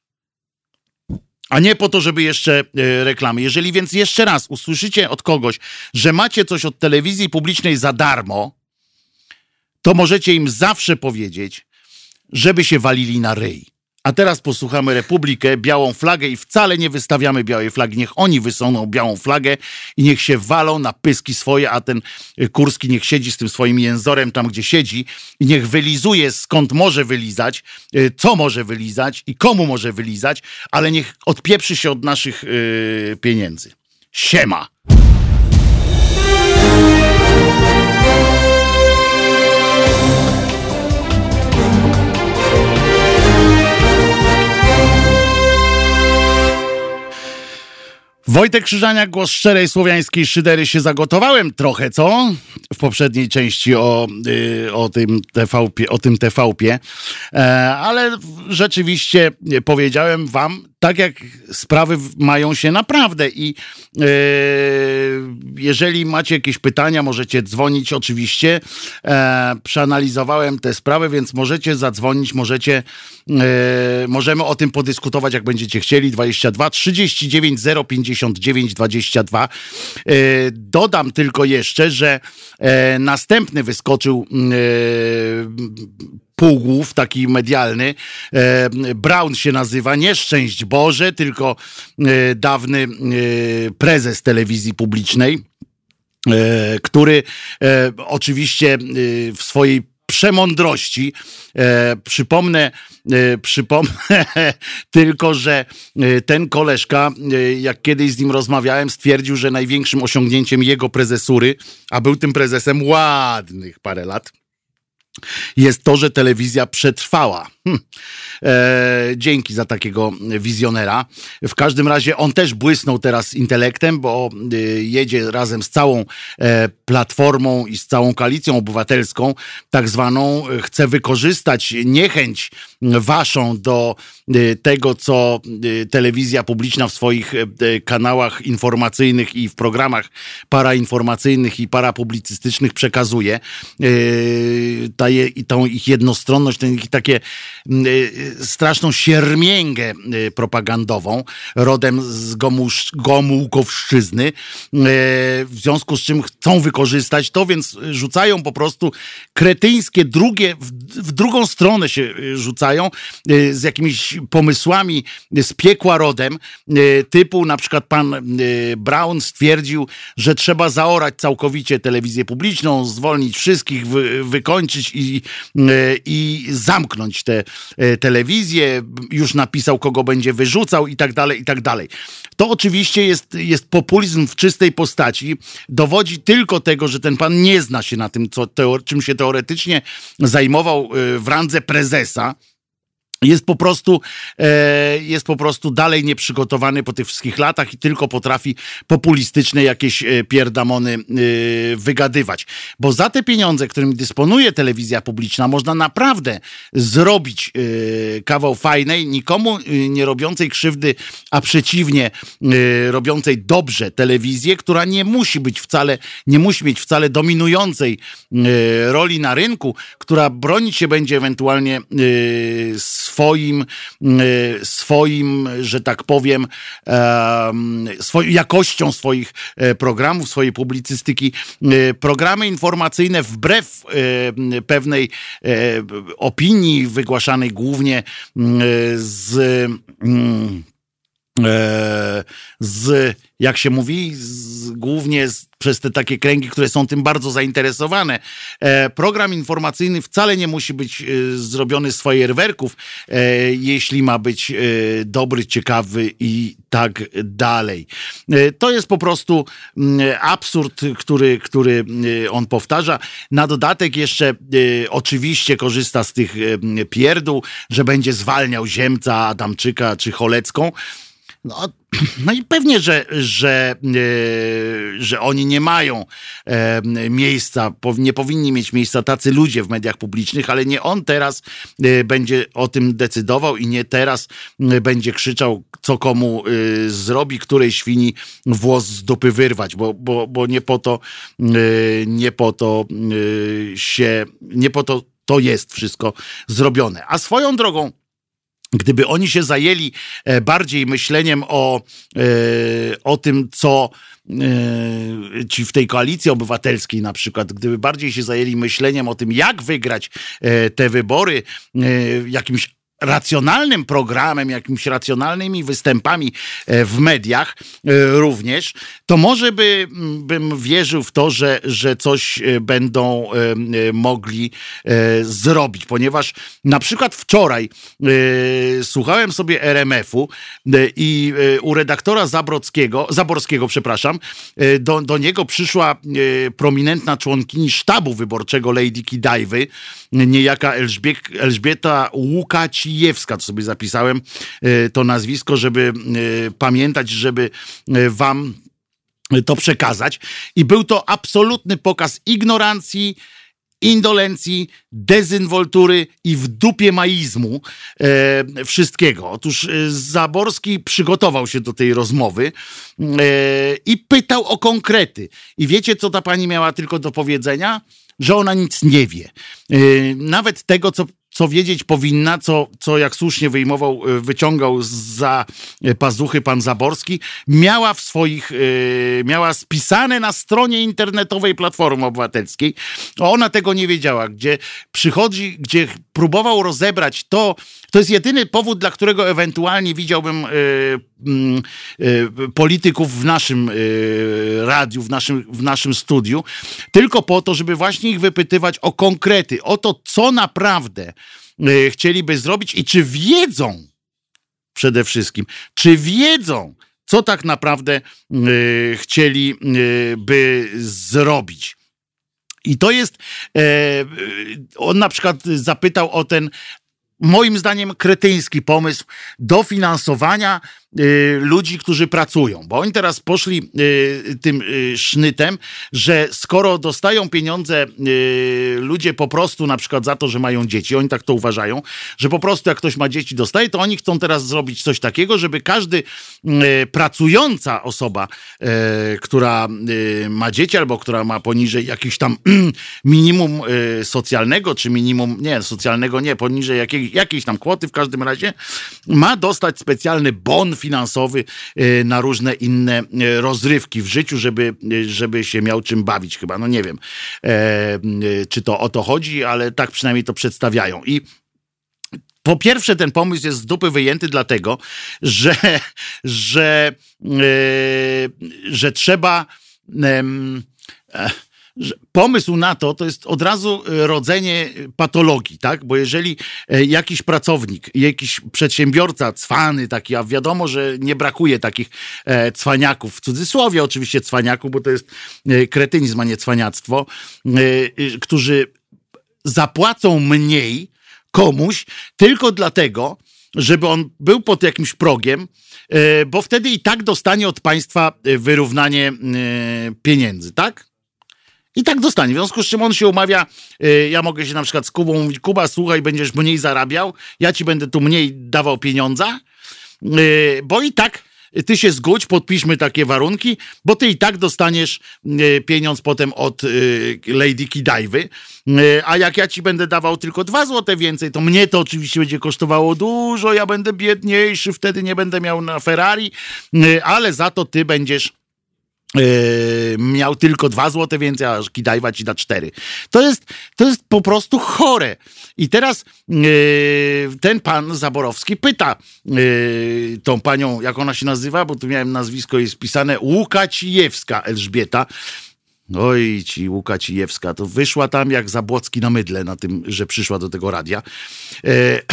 A nie po to, żeby jeszcze e, reklamy. Jeżeli więc jeszcze raz usłyszycie od kogoś, że macie coś od telewizji publicznej za darmo, to możecie im zawsze powiedzieć, żeby się walili na ryj. A teraz posłuchamy Republikę, białą flagę i wcale nie wystawiamy białej flagi. Niech oni wysuną białą flagę i niech się walą na pyski swoje, a ten Kurski niech siedzi z tym swoim jęzorem tam, gdzie siedzi i niech wylizuje skąd może wylizać, co może wylizać i komu może wylizać, ale niech odpieprzy się od naszych yy, pieniędzy. Siema! Wojtek Krzyżaniak, głos szczerej słowiańskiej szydery. Się zagotowałem trochę, co? W poprzedniej części o, yy, o tym T V P, o tym T V P. E, ale rzeczywiście powiedziałem wam, tak jak sprawy mają się naprawdę i yy, jeżeli macie jakieś pytania, możecie dzwonić oczywiście. E, przeanalizowałem tę sprawę, więc możecie zadzwonić, możecie yy, możemy o tym podyskutować, jak będziecie chcieli. dwadzieścia dwa trzydzieści dziewięć zero pięćdziesiąt dziewięć dwadzieścia dwa. Yy, dodam tylko jeszcze, że yy, następny wyskoczył yy, półgłów, taki medialny. Braun się nazywa, nie szczęść Boże, tylko dawny prezes telewizji publicznej, który oczywiście w swojej przemądrości, e, przypomnę, e, przypomnę tylko, że ten koleżka, e, jak kiedyś z nim rozmawiałem, stwierdził, że największym osiągnięciem jego prezesury, a był tym prezesem ładnych parę lat, jest to, że telewizja przetrwała. Hm. E, dzięki za takiego wizjonera. W każdym razie on też błysnął teraz intelektem, bo e, jedzie razem z całą e, Platformą i z całą Koalicją Obywatelską, tak zwaną, chce wykorzystać niechęć waszą do e, tego, co e, telewizja publiczna w swoich e, kanałach informacyjnych i w programach parainformacyjnych i parapublicystycznych przekazuje. E, ta je, i tą ich jednostronność, ten ich takie straszną siermięgę propagandową rodem z Gomułsz, Gomułkowszczyzny, w związku z czym chcą wykorzystać to, więc rzucają po prostu kretyńskie drugie, w, w drugą stronę się rzucają z jakimiś pomysłami z piekła rodem, typu na przykład pan Braun stwierdził, że trzeba zaorać całkowicie telewizję publiczną, zwolnić wszystkich, wy, wykończyć i, i zamknąć te telewizję, już napisał, kogo będzie wyrzucał i tak dalej, i tak dalej. To oczywiście jest, jest populizm w czystej postaci. Dowodzi tylko tego, że ten pan nie zna się na tym, co teor- czym się teoretycznie zajmował w randze prezesa. Jest po prostu, e, jest po prostu dalej nieprzygotowany po tych wszystkich latach i tylko potrafi populistyczne jakieś e, pierdamony e, wygadywać. Bo za te pieniądze, którymi dysponuje telewizja publiczna, można naprawdę zrobić e, kawał fajnej, nikomu e, nie robiącej krzywdy, a przeciwnie, e, robiącej dobrze telewizję, która nie musi być wcale, nie musi mieć wcale dominującej e, roli na rynku, która bronić się będzie ewentualnie e, swoim, swoim, że tak powiem, swoją jakością swoich programów, swojej publicystyki. Programy informacyjne wbrew pewnej opinii wygłaszanej głównie z z, jak się mówi, z, głównie z, przez te takie kręgi, które są tym bardzo zainteresowane. E, program informacyjny wcale nie musi być e, zrobiony z fajerwerków, e, jeśli ma być e, dobry, ciekawy i tak dalej. E, to jest po prostu m, absurd, który, który e, on powtarza. Na dodatek jeszcze e, oczywiście korzysta z tych e, pierdół, że będzie zwalniał Ziemca, Adamczyka czy Cholecką. No, no i pewnie, że, że, e, że oni nie mają e, miejsca, nie powinni mieć miejsca tacy ludzie w mediach publicznych, ale nie on teraz e, będzie o tym decydował i nie teraz e, będzie krzyczał, co komu e, zrobi, której świni włos z dupy wyrwać, bo, bo, bo nie po to, e, nie po to e, się, nie po to to jest wszystko zrobione. A swoją drogą, gdyby oni się zajęli bardziej myśleniem o, o tym, co ci w tej Koalicji Obywatelskiej na przykład, gdyby bardziej się zajęli myśleniem o tym, jak wygrać te wybory, jakimś racjonalnym programem, jakimiś racjonalnymi występami w mediach również, to może by, bym wierzył w to, że, że coś będą mogli zrobić, ponieważ na przykład wczoraj słuchałem sobie R M F-u i u redaktora Zabrockiego, Zaborskiego, przepraszam, do, do niego przyszła prominentna członkini sztabu wyborczego Lady Kidajwy, niejaka Elżbiet, Elżbieta Łukacijewska, to sobie zapisałem to nazwisko, żeby pamiętać, żeby wam to przekazać. I był to absolutny pokaz ignorancji, indolencji, dezynwoltury i w dupie maizmu e, wszystkiego. Otóż Zaborski przygotował się do tej rozmowy e, i pytał o konkrety. I wiecie, co ta pani miała tylko do powiedzenia? Że ona nic nie wie. E, nawet tego, co co wiedzieć powinna, co, co jak słusznie wyjmował, wyciągał za pazuchy pan Zaborski, miała w swoich, miała spisane na stronie internetowej Platformy Obywatelskiej. Ona tego nie wiedziała, gdzie przychodzi, gdzie próbował rozebrać to, to jest jedyny powód, dla którego ewentualnie widziałbym y, y, y, polityków w naszym y, radiu, w naszym, w naszym studiu, tylko po to, żeby właśnie ich wypytywać o konkrety, o to, co naprawdę y, chcieliby zrobić i czy wiedzą przede wszystkim, czy wiedzą, co tak naprawdę y, chcieliby zrobić. I to jest, e, on na przykład zapytał o ten, moim zdaniem, kretyński pomysł dofinansowania y, ludzi, którzy pracują. Bo oni teraz poszli y, tym y, sznytem, że skoro dostają pieniądze y, ludzie po prostu na przykład za to, że mają dzieci, oni tak to uważają, że po prostu jak ktoś ma dzieci dostaje, to oni chcą teraz zrobić coś takiego, żeby każdy y, pracująca osoba, y, która y, ma dzieci albo która ma poniżej jakiś tam minimum y, socjalnego, czy minimum, nie, socjalnego nie, poniżej jakiej, jakiejś tam kwoty w każdym razie, ma dostać specjalny bon finansowy y, na różne inne y, rozrywki w życiu, żeby, y, żeby się miał czym bawić chyba, no nie wiem, e, y, czy to o to chodzi, ale tak przynajmniej to przedstawiają. I po pierwsze, ten pomysł jest z dupy wyjęty dlatego, że, że, yy, że trzeba... Yy, że pomysł na to, to jest od razu rodzenie patologii, tak? Bo jeżeli jakiś pracownik, jakiś przedsiębiorca cwany taki, a wiadomo, że nie brakuje takich e, cwaniaków, w cudzysłowie oczywiście cwaniaków, bo to jest e, kretynizm, a nie cwaniactwo, e, e, którzy zapłacą mniej komuś tylko dlatego, żeby on był pod jakimś progiem, bo wtedy i tak dostanie od państwa wyrównanie pieniędzy, tak? I tak dostanie. W związku z czym on się umawia, ja mogę się na przykład z Kubą mówić, Kuba, słuchaj, będziesz mniej zarabiał, ja ci będę tu mniej dawał pieniądza, bo i tak ty się zgódź, podpiszmy takie warunki, bo ty i tak dostaniesz pieniądz potem od Lady Kidajwy, a jak ja ci będę dawał tylko dwa złote więcej, to mnie to oczywiście będzie kosztowało dużo, ja będę biedniejszy, wtedy nie będę miał na Ferrari, ale za to ty będziesz Yy, miał tylko dwa złote więcej, a Kidajwa ci da cztery. To jest, to jest po prostu chore. I teraz yy, ten pan Zaborowski pyta yy, tą panią, jak ona się nazywa, bo tu miałem nazwisko jej spisane, Łukacijewska Elżbieta. Oj, ci Łukacijewska, to wyszła tam jak Zabłocki na mydle na tym, że przyszła do tego radia. Yy,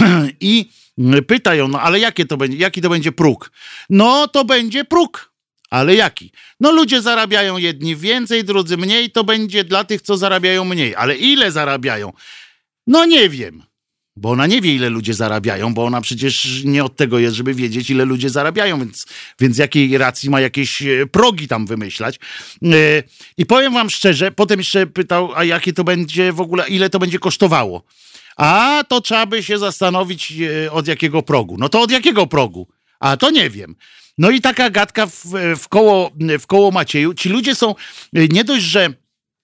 I pyta ją, no ale jakie to będzie, jaki to będzie próg? No to będzie próg. Ale jaki? No ludzie zarabiają jedni więcej, drudzy mniej, to będzie dla tych, co zarabiają mniej. Ale ile zarabiają? No nie wiem. Bo ona nie wie, ile ludzie zarabiają, bo ona przecież nie od tego jest, żeby wiedzieć, ile ludzie zarabiają, więc, więc jakiej racji ma jakieś progi tam wymyślać. Yy, I powiem wam szczerze, potem jeszcze pytał, a jakie to będzie w ogóle, ile to będzie kosztowało? A to trzeba by się zastanowić, yy, od jakiego progu. No to od jakiego progu? A to nie wiem. No i taka gadka w, w, koło, w koło Macieju. Ci ludzie są nie dość, że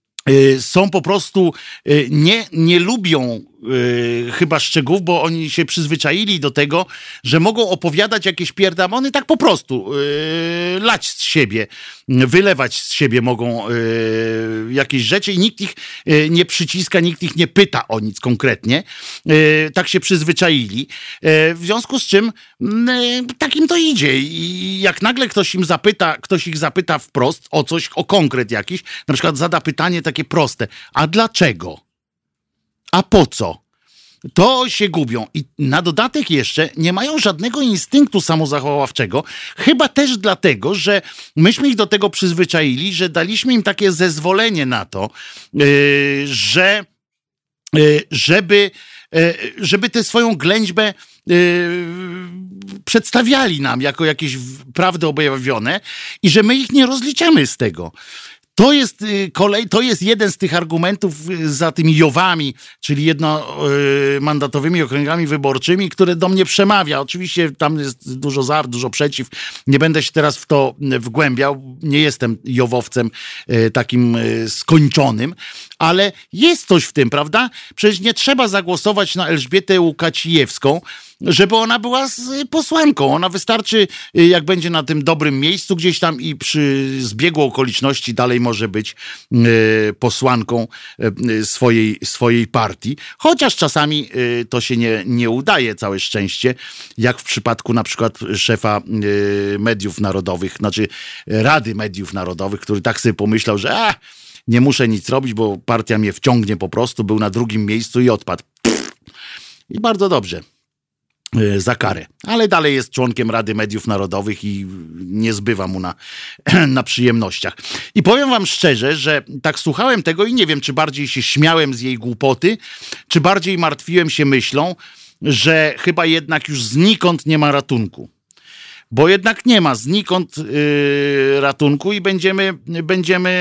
są po prostu, nie, nie lubią yy, chyba szczegółów, bo oni się przyzwyczaili do tego, że mogą opowiadać jakieś pierdamony tak po prostu, yy, lać z siebie, wylewać z siebie mogą yy, jakieś rzeczy i nikt ich yy, nie przyciska, nikt ich nie pyta o nic konkretnie. Yy, tak się przyzwyczaili. Yy, w związku z czym yy, tak im to idzie i jak nagle ktoś im zapyta, ktoś ich zapyta wprost o coś, o konkret jakiś, na przykład zada pytanie takie proste, a dlaczego? A po co? To się gubią i na dodatek jeszcze nie mają żadnego instynktu samozachowawczego, chyba też dlatego, że myśmy ich do tego przyzwyczaili, że daliśmy im takie zezwolenie na to, yy, że yy, żeby, yy, żeby tę swoją ględźbę yy, przedstawiali nam jako jakieś prawdy objawione i że my ich nie rozliczamy z tego. To jest kolej, to jest jeden z tych argumentów za tymi Jowami, czyli jednomandatowymi okręgami wyborczymi, które do mnie przemawia. Oczywiście tam jest dużo za, dużo przeciw. Nie będę się teraz w to wgłębiał. Nie jestem Jowowcem takim skończonym, ale jest coś w tym, prawda? Przecież nie trzeba zagłosować na Elżbietę Łukacijewską, żeby ona była z posłanką. Ona wystarczy, jak będzie na tym dobrym miejscu gdzieś tam i przy zbiegu okoliczności dalej może być posłanką swojej, swojej partii. Chociaż czasami to się nie, nie udaje, całe szczęście, jak w przypadku na przykład szefa mediów narodowych, znaczy Rady Mediów Narodowych, który tak sobie pomyślał, że a, nie muszę nic robić, bo partia mnie wciągnie po prostu, był na drugim miejscu i odpadł. I bardzo dobrze. Za karę. Ale dalej jest członkiem Rady Mediów Narodowych i nie zbywa mu na, na przyjemnościach. I powiem wam szczerze, że tak słuchałem tego i nie wiem, czy bardziej się śmiałem z jej głupoty, czy bardziej martwiłem się myślą, że chyba jednak już znikąd nie ma ratunku. Bo jednak nie ma znikąd yy, ratunku i będziemy, będziemy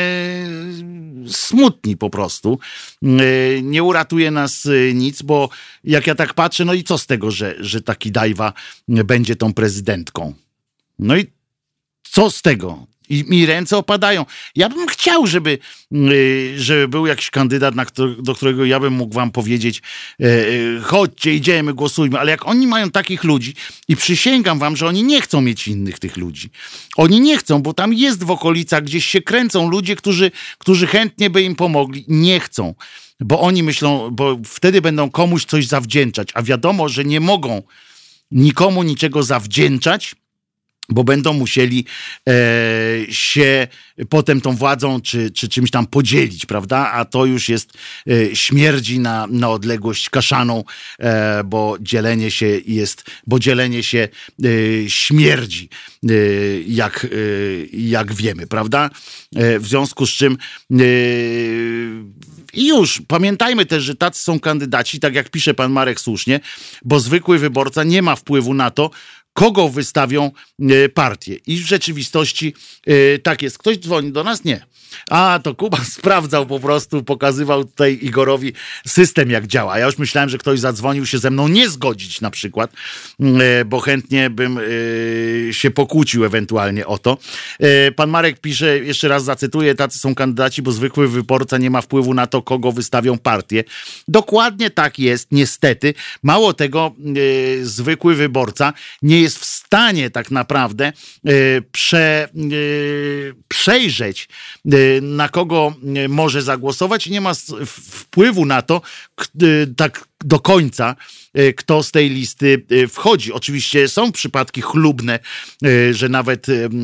smutni po prostu. Yy, nie uratuje nas yy, nic, bo jak ja tak patrzę, no i co z tego, że, że ta Kidajwa będzie tą prezydentką? No i co z tego? I mi ręce opadają. Ja bym chciał, żeby, żeby był jakiś kandydat, na kto, do którego ja bym mógł wam powiedzieć chodźcie, idziemy, głosujmy. Ale jak oni mają takich ludzi i przysięgam wam, że oni nie chcą mieć innych tych ludzi. Oni nie chcą, bo tam jest w okolicach, gdzieś się kręcą ludzie, którzy, którzy chętnie by im pomogli. Nie chcą. Bo oni myślą, bo wtedy będą komuś coś zawdzięczać. A wiadomo, że nie mogą nikomu niczego zawdzięczać, bo będą musieli e, się potem tą władzą czy, czy czymś tam podzielić, prawda? A to już jest e, śmierdzi na, na odległość kaszaną, e, bo dzielenie się jest, bo dzielenie się e, śmierdzi, e, jak, e, jak wiemy, prawda? E, w związku z czym e, i już pamiętajmy też, że tacy są kandydaci, tak jak pisze pan Marek słusznie, bo zwykły wyborca nie ma wpływu na to, kogo wystawią partie. I w rzeczywistości yy, tak jest. Ktoś dzwoni do nas? Nie. A, to Kuba sprawdzał po prostu, pokazywał tutaj Igorowi system, jak działa. Ja już myślałem, że ktoś zadzwonił się ze mną nie zgodzić na przykład, yy, bo chętnie bym yy, się pokłócił ewentualnie o to. Yy, pan Marek pisze, jeszcze raz zacytuję, tacy są kandydaci, bo zwykły wyborca nie ma wpływu na to, kogo wystawią partie. Dokładnie tak jest, niestety. Mało tego, yy, zwykły wyborca nie jest w stanie tak naprawdę yy, prze, yy, przejrzeć, yy, na kogo może zagłosować i nie ma wpływu na to k, yy, tak do końca, yy, kto z tej listy yy, wchodzi. Oczywiście są przypadki chlubne, yy, że nawet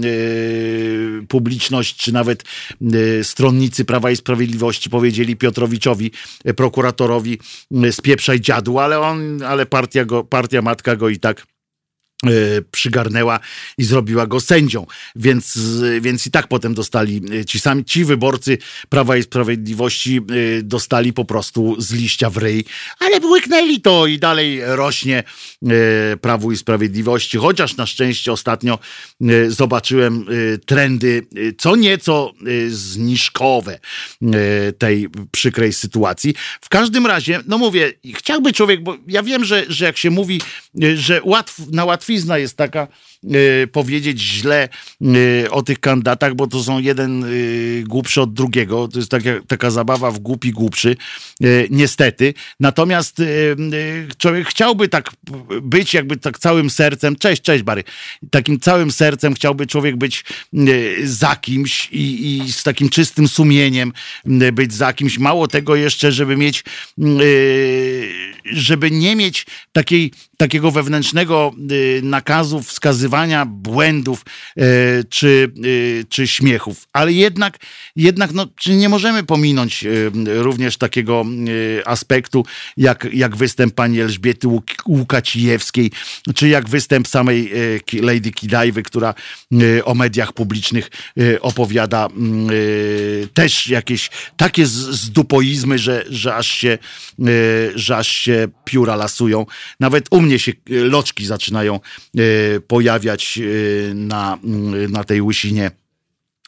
yy, publiczność, czy nawet yy, stronnicy Prawa i Sprawiedliwości powiedzieli Piotrowiczowi, yy, prokuratorowi, yy, spieprzaj dziadu, ale on, ale partia go, partia matka go i tak przygarnęła i zrobiła go sędzią, więc, więc i tak potem dostali ci sami, ci wyborcy Prawa i Sprawiedliwości dostali po prostu z liścia w ryj, ale łyknęli to i dalej rośnie Prawu i Sprawiedliwości, chociaż na szczęście ostatnio zobaczyłem trendy co nieco zniżkowe tej przykrej sytuacji. W każdym razie, no mówię, chciałby człowiek, bo ja wiem, że, że jak się mówi, że łatw, na łatwiznę jest taka y, powiedzieć źle y, o tych kandydatach, bo to są jeden y, głupszy od drugiego. To jest taka, taka zabawa w głupi głupszy. Y, niestety. Natomiast y, y, człowiek chciałby tak być jakby tak całym sercem. Cześć, cześć Bary. Takim całym sercem chciałby człowiek być y, za kimś i, i z takim czystym sumieniem y, być za kimś. Mało tego jeszcze, żeby mieć y, żeby nie mieć takiej, takiego wewnętrznego y, nakazu wskazywania błędów y, czy, y, czy śmiechów. Ale jednak, jednak no, czy nie możemy pominąć y, również takiego y, aspektu, jak, jak występ pani Elżbiety Łuk- Łukacijewskiej, czy jak występ samej y, Lady Kidajwy, która y, o mediach publicznych y, opowiada y, też jakieś takie z, zdupoizmy, że, że, aż się, y, że aż się pióra lasują. Nawet u mnie się loczki zaczynają y, pojawiać y, na, y, na tej łysinie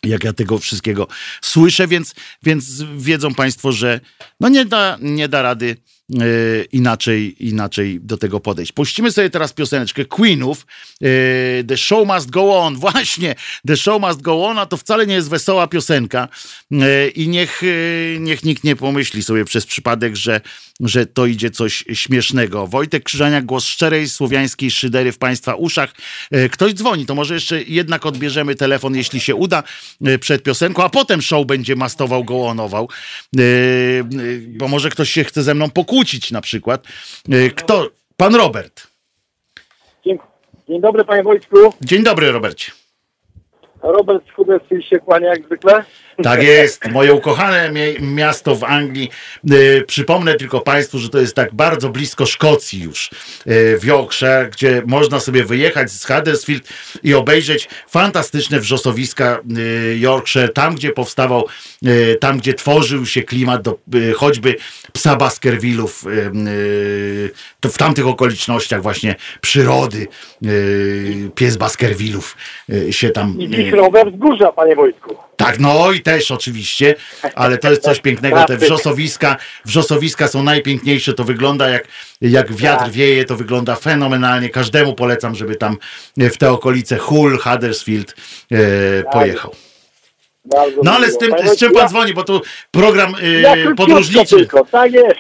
jak ja tego wszystkiego słyszę, więc, więc wiedzą państwo, że no nie da, nie da rady e, inaczej, inaczej do tego podejść. Puścimy sobie teraz pioseneczkę Queenów, e, The Show Must Go On. Właśnie, The Show Must Go On, a to wcale nie jest wesoła piosenka e, i niech, e, niech nikt nie pomyśli sobie przez przypadek, że, że to idzie coś śmiesznego. Wojtek Krzyżaniak, głos szczerej słowiańskiej szydery w państwa uszach. E, ktoś dzwoni, to może jeszcze jednak odbierzemy telefon, jeśli się uda, przed piosenką, a potem show będzie mastował, gołonował, yy, yy, bo może ktoś się chce ze mną pokłócić na przykład. Yy, kto? Pan Robert. Dzień, dzień dobry, panie Wojtku. Dzień dobry, Robercie. Robert Skubecki się kłania jak zwykle. Tak jest, moje ukochane mi- miasto w Anglii. Yy, przypomnę tylko państwu, że to jest tak bardzo blisko Szkocji już, yy, w Yorkshire, gdzie można sobie wyjechać z Huddersfield i obejrzeć fantastyczne wrzosowiska yy, Yorkshire, tam gdzie powstawał, yy, tam gdzie tworzył się klimat do yy, choćby psa Baskervillów, yy, yy, to w tamtych okolicznościach właśnie przyrody, yy, pies Baskervillów yy, się tam... I wichrowe wzgórza, panie Wojtku. Tak, no i też oczywiście, ale to jest coś pięknego, te wrzosowiska, wrzosowiska są najpiękniejsze, to wygląda jak, jak wiatr wieje, to wygląda fenomenalnie, każdemu polecam, żeby tam w te okolice Hull, Huddersfield e, pojechał. No ale z tym, z czym pan dzwoni, bo tu program e, ja podróżniczy. Tylko, tak jest.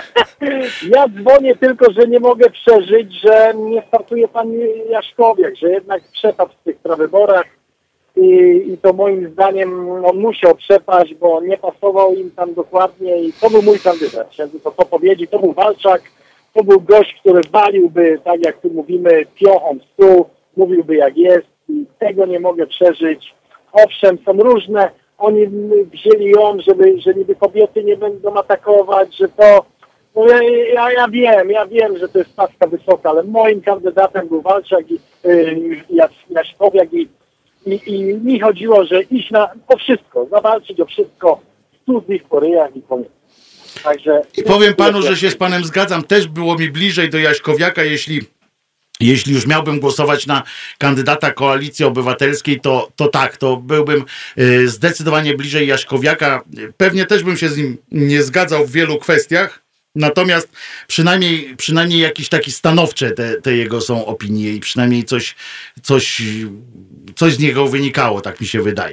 Ja dzwonię tylko, że nie mogę przeżyć, że nie startuje pan Jaśkowiak, że jednak przepadł w tych prawyborach. I, I to moim zdaniem on musiał przepaść, bo nie pasował im tam dokładnie i to był mój kandydat. Jakby to, to powiedzieć, to był Walczak, to był gość, który waliłby, tak jak tu mówimy, piochą w stół, mówiłby jak jest i tego nie mogę przeżyć. Owszem, są różne, oni wzięli ją, żeby, że niby kobiety nie będą atakować, że to... No ja, ja, ja wiem, ja wiem, że to jest stawka wysoka, ale moim kandydatem był Walczak i yy, Jaśkowiak i I, I mi chodziło, że iść na o wszystko, zawalczyć o wszystko, studni w Koreach i koniec. Także... I powiem panu, że się z panem zgadzam, też było mi bliżej do Jaśkowiaka, jeśli, jeśli już miałbym głosować na kandydata Koalicji Obywatelskiej, to, to tak, to byłbym y, zdecydowanie bliżej Jaśkowiaka. Pewnie też bym się z nim nie zgadzał w wielu kwestiach, natomiast przynajmniej, przynajmniej jakieś takie stanowcze te, te jego są opinie i przynajmniej coś, coś, coś z niego wynikało, tak mi się wydaje.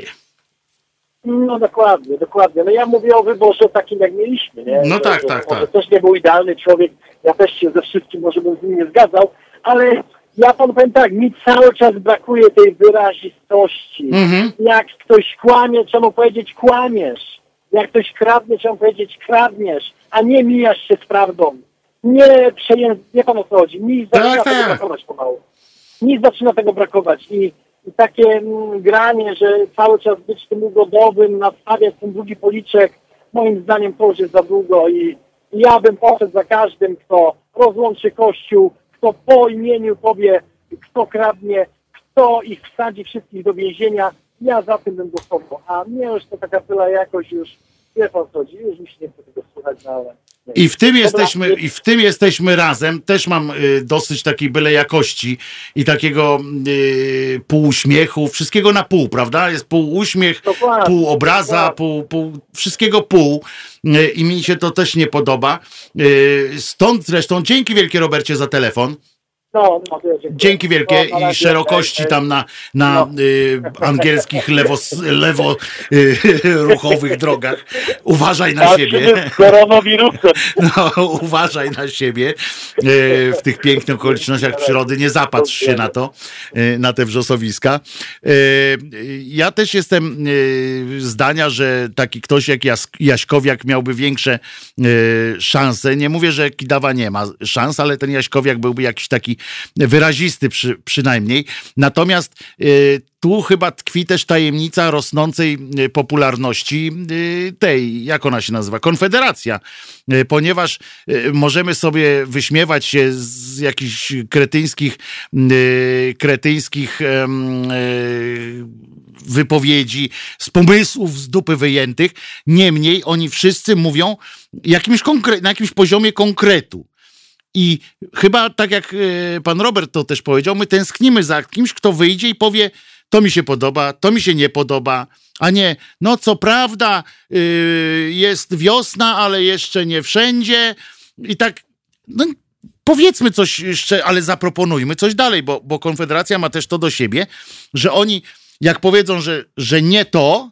No dokładnie, dokładnie. No ja mówię o wyborze takim, jak mieliśmy, nie? No tak, że, tak, może tak. też nie był idealny człowiek, ja też się ze wszystkim może bym z nim nie zgadzał, ale ja panu powiem tak, mi cały czas brakuje tej wyrazistości. Mhm. Jak ktoś kłamie, trzeba mu powiedzieć kłamiesz. Jak ktoś kradnie, trzeba mu powiedzieć kradniesz, a nie mijasz się z prawdą. Nie przejęz... Nie pan o co chodzi. Mi zaczyna tak, tego tak. brakować pomału. Mi zaczyna tego brakować i, i takie mm, granie, że cały czas być tym ugodowym, nastawiać ten drugi policzek, moim zdaniem to już jest za długo i, i ja bym poszedł za każdym, kto rozłączy Kościół, kto po imieniu powie, kto kradnie, kto ich wsadzi wszystkich do więzienia. Ja za tym bym głosował, a mnie już to taka tyle jakoś już, wie pan co chodzi, już mi się nie chce tego słuchać, no ale... I w tym jesteśmy, i w tym jesteśmy razem. Też mam y, dosyć takiej byle jakości i takiego y, półuśmiechu, wszystkiego na pół, prawda? Jest pół uśmiech, Dokładnie. pół obraza, Dokładnie. pół, pół, wszystkiego pół y, i mi się to też nie podoba. Y, stąd zresztą dzięki wielkie, Robercie, za telefon. No, no, to ja dziękuję. Dzięki wielkie No, na i razie, szerokości hej, tam na, na No. y, angielskich lewo, lewo y, ruchowych drogach. Uważaj na siebie. Z koronawirusem. No, uważaj na siebie y, w tych pięknych okolicznościach przyrody. Nie zapatrz się na to, y, na te wrzosowiska. Y, ja też jestem y, zdania, że taki ktoś jak Jas- Jaśkowiak miałby większe y, szanse. Nie mówię, że Kidawa nie ma szans, ale ten Jaśkowiak byłby jakiś taki wyrazisty przy, przynajmniej. Natomiast y, tu chyba tkwi też tajemnica rosnącej y, popularności y, tej, jak ona się nazywa, Konfederacja. Y, ponieważ y, możemy sobie wyśmiewać się z jakichś kretyńskich y, kretyńskich y, y, wypowiedzi, z pomysłów z dupy wyjętych. Niemniej oni wszyscy mówią jakimś konkre- na jakimś poziomie konkretu. I chyba tak jak pan Robert to też powiedział, my tęsknimy za kimś, kto wyjdzie i powie, to mi się podoba, to mi się nie podoba, a nie, no co prawda yy, jest wiosna, ale jeszcze nie wszędzie i tak, no powiedzmy coś jeszcze, ale zaproponujmy coś dalej, bo, bo Konfederacja ma też to do siebie, że oni jak powiedzą, że, że nie to,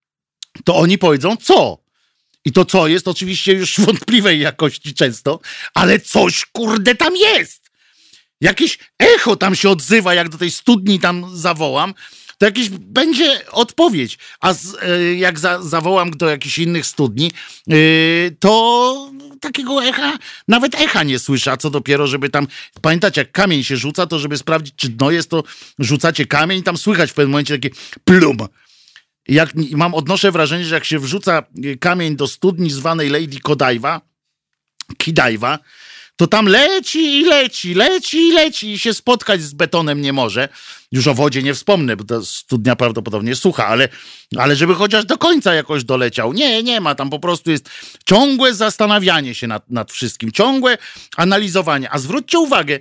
to oni powiedzą co. I to co jest oczywiście już wątpliwej jakości często, ale coś kurde tam jest. Jakieś echo tam się odzywa, jak do tej studni tam zawołam, to jakieś będzie odpowiedź. A z, y, jak za, zawołam do jakichś innych studni, y, to takiego echa, nawet echa nie słyszę, a co dopiero, żeby tam, pamiętacie, jak kamień się rzuca, to żeby sprawdzić, czy dno jest, to rzucacie kamień i tam słychać w pewnym momencie takie plum. Jak mam, odnoszę wrażenie, że jak się wrzuca kamień do studni zwanej Lady Godiva, Kidaiwa, to tam leci i leci, leci i leci i się spotkać z betonem nie może. Już o wodzie nie wspomnę, bo ta studnia prawdopodobnie sucha, ale, ale żeby chociaż do końca jakoś doleciał. Nie, nie ma, tam po prostu jest ciągłe zastanawianie się nad, nad wszystkim, ciągłe analizowanie. A zwróćcie uwagę,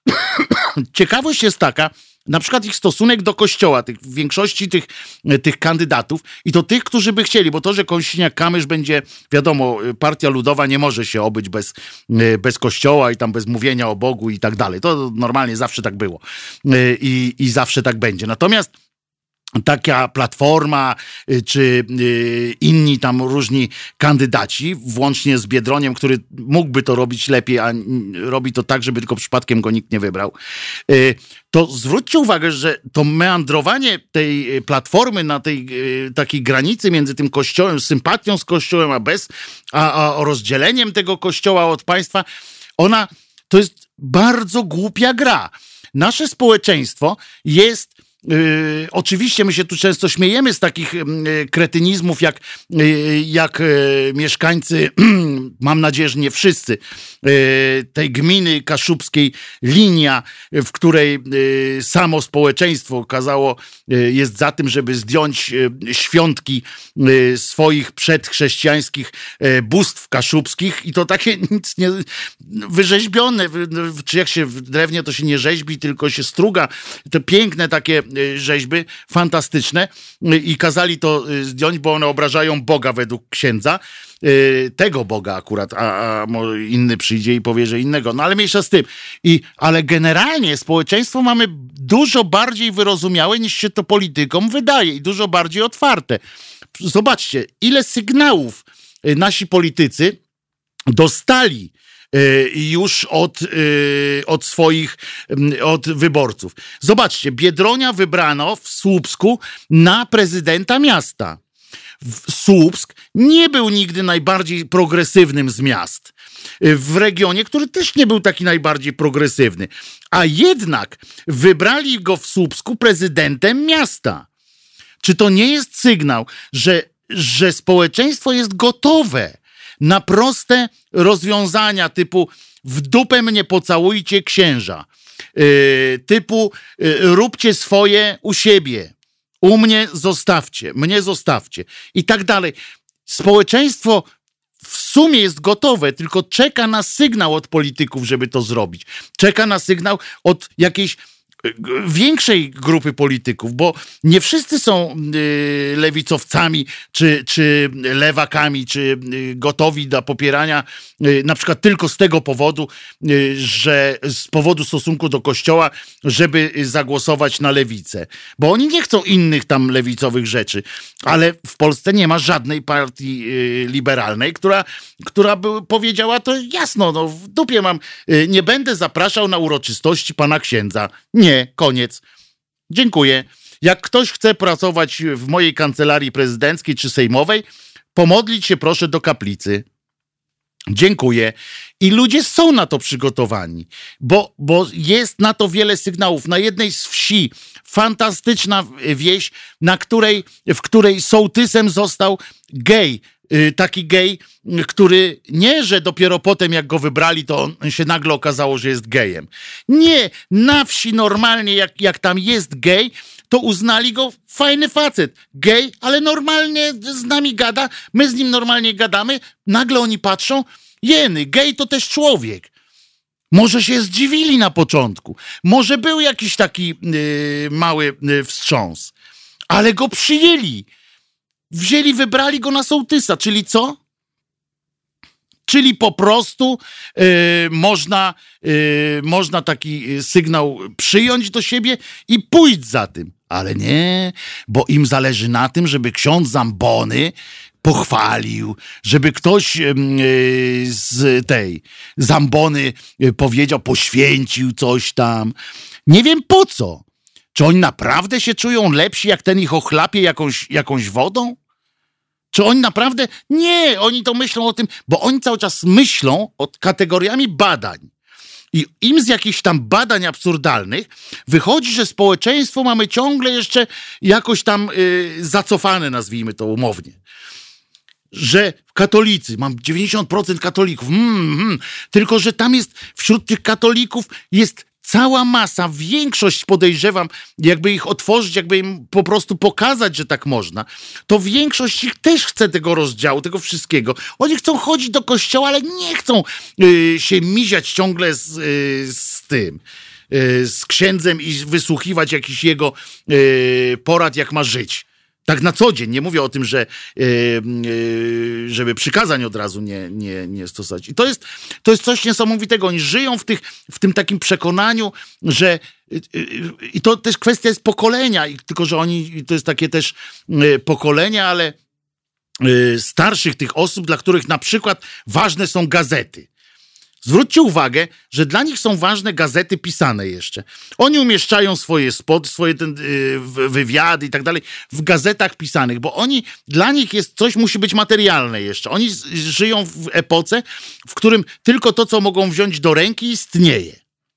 ciekawość jest taka, na przykład ich stosunek do kościoła, tych, w większości tych, tych kandydatów i to tych, którzy by chcieli, bo to, że Kosiniak-Kamysz będzie, wiadomo, Partia Ludowa nie może się obyć bez, bez kościoła i tam bez mówienia o Bogu i tak dalej. To normalnie zawsze tak było i, i zawsze tak będzie. Natomiast taka Platforma, czy inni tam różni kandydaci, włącznie z Biedroniem, który mógłby to robić lepiej, a robi to tak, żeby tylko przypadkiem go nikt nie wybrał, to zwróćcie uwagę, że to meandrowanie tej Platformy na tej takiej granicy między tym kościołem, sympatią z kościołem, a bez, a, a rozdzieleniem tego kościoła od państwa, ona to jest bardzo głupia gra. Nasze społeczeństwo jest Yy, oczywiście my się tu często śmiejemy z takich yy, kretynizmów, jak, yy, jak yy, mieszkańcy, mam nadzieję, że nie wszyscy, yy, tej gminy kaszubskiej Linia, w której yy, samo społeczeństwo kazało, yy, jest za tym, żeby zdjąć yy, świątki yy, swoich przedchrześcijańskich yy, bóstw kaszubskich i to takie nic nie wyrzeźbione, czy jak się w drewnie to się nie rzeźbi, tylko się struga, te piękne takie rzeźby, fantastyczne i kazali to zdjąć, bo one obrażają Boga według księdza, tego Boga akurat, a, a inny przyjdzie i powie, że innego, no ale mniejsza z tym. I, ale generalnie społeczeństwo mamy dużo bardziej wyrozumiałe niż się to politykom wydaje i dużo bardziej otwarte. Zobaczcie, ile sygnałów nasi politycy dostali już od, od swoich, od wyborców. Zobaczcie, Biedronia wybrano w Słupsku na prezydenta miasta. Słupsk nie był nigdy najbardziej progresywnym z miast. W regionie, który też nie był taki najbardziej progresywny. A jednak wybrali go w Słupsku prezydentem miasta. Czy to nie jest sygnał, że, że społeczeństwo jest gotowe na proste rozwiązania typu w dupę mnie pocałujcie księża, yy, typu yy, róbcie swoje u siebie, u mnie zostawcie, mnie zostawcie i tak dalej. Społeczeństwo w sumie jest gotowe, tylko czeka na sygnał od polityków, żeby to zrobić. Czeka na sygnał od jakiejś większej grupy polityków, bo nie wszyscy są y, lewicowcami, czy, czy lewakami, czy y, gotowi do popierania y, na przykład tylko z tego powodu, y, że z powodu stosunku do Kościoła, żeby zagłosować na lewicę. Bo oni nie chcą innych tam lewicowych rzeczy, ale w Polsce nie ma żadnej partii y, liberalnej, która, która by powiedziała to jasno, no w dupie mam, y, nie będę zapraszał na uroczystości pana księdza. Nie. Nie, koniec. Dziękuję. Jak ktoś chce pracować w mojej kancelarii prezydenckiej czy sejmowej, pomodlić się proszę do kaplicy. Dziękuję. I ludzie są na to przygotowani, bo, bo jest na to wiele sygnałów. Na jednej z wsi, fantastyczna wieś, na której, w której sołtysem został gej. Taki gej, który nie, że dopiero potem jak go wybrali, to on się nagle okazało, że jest gejem. Nie, na wsi normalnie jak, jak tam jest gej, to uznali go fajny facet. Gej, ale normalnie z nami gada, my z nim normalnie gadamy, nagle oni patrzą, jeny, gej to też człowiek. Może się zdziwili na początku. Może był jakiś taki yy, mały yy, wstrząs. Ale go przyjęli. Wzięli, wybrali go na sołtysa. Czyli co? Czyli po prostu yy, można, yy, można taki sygnał przyjąć do siebie i pójść za tym. Ale nie, bo im zależy na tym, żeby ksiądz Zambony pochwalił, żeby ktoś yy, z tej Zambony powiedział, poświęcił coś tam. Nie wiem po co. Czy oni naprawdę się czują lepsi, jak ten ich ochlapie jakąś, jakąś wodą? Czy oni naprawdę... Nie, oni to myślą o tym, bo oni cały czas myślą o kategoriami badań. I im z jakichś tam badań absurdalnych wychodzi, że społeczeństwo mamy ciągle jeszcze jakoś tam yy, zacofane, nazwijmy to umownie. Że katolicy, mam dziewięćdziesiąt procent katolików, mm, mm, tylko że tam jest, wśród tych katolików jest cała masa, większość podejrzewam, jakby ich otworzyć, jakby im po prostu pokazać, że tak można, to większość ich też chce tego rozdziału, tego wszystkiego. Oni chcą chodzić do kościoła, ale nie chcą y, się miziać ciągle z, y, z tym, y, z księdzem i wysłuchiwać jakichś jego y, porad, jak ma żyć. Tak na co dzień. Nie mówię o tym, że yy, yy, żeby przykazań od razu nie, nie, nie stosować. I to jest, to jest coś niesamowitego. Oni żyją w, tych, w tym takim przekonaniu, że yy, yy, i to też kwestia jest pokolenia, i tylko że oni, to jest takie też yy, pokolenia, ale yy, starszych tych osób, dla których na przykład ważne są gazety. Zwróćcie uwagę, że dla nich są ważne gazety pisane jeszcze. Oni umieszczają swoje spot, swoje ten, yy, wywiady i tak dalej w gazetach pisanych, bo oni, dla nich jest coś, musi być materialne jeszcze. Oni z, żyją w epoce, w którym tylko to, co mogą wziąć do ręki, istnieje.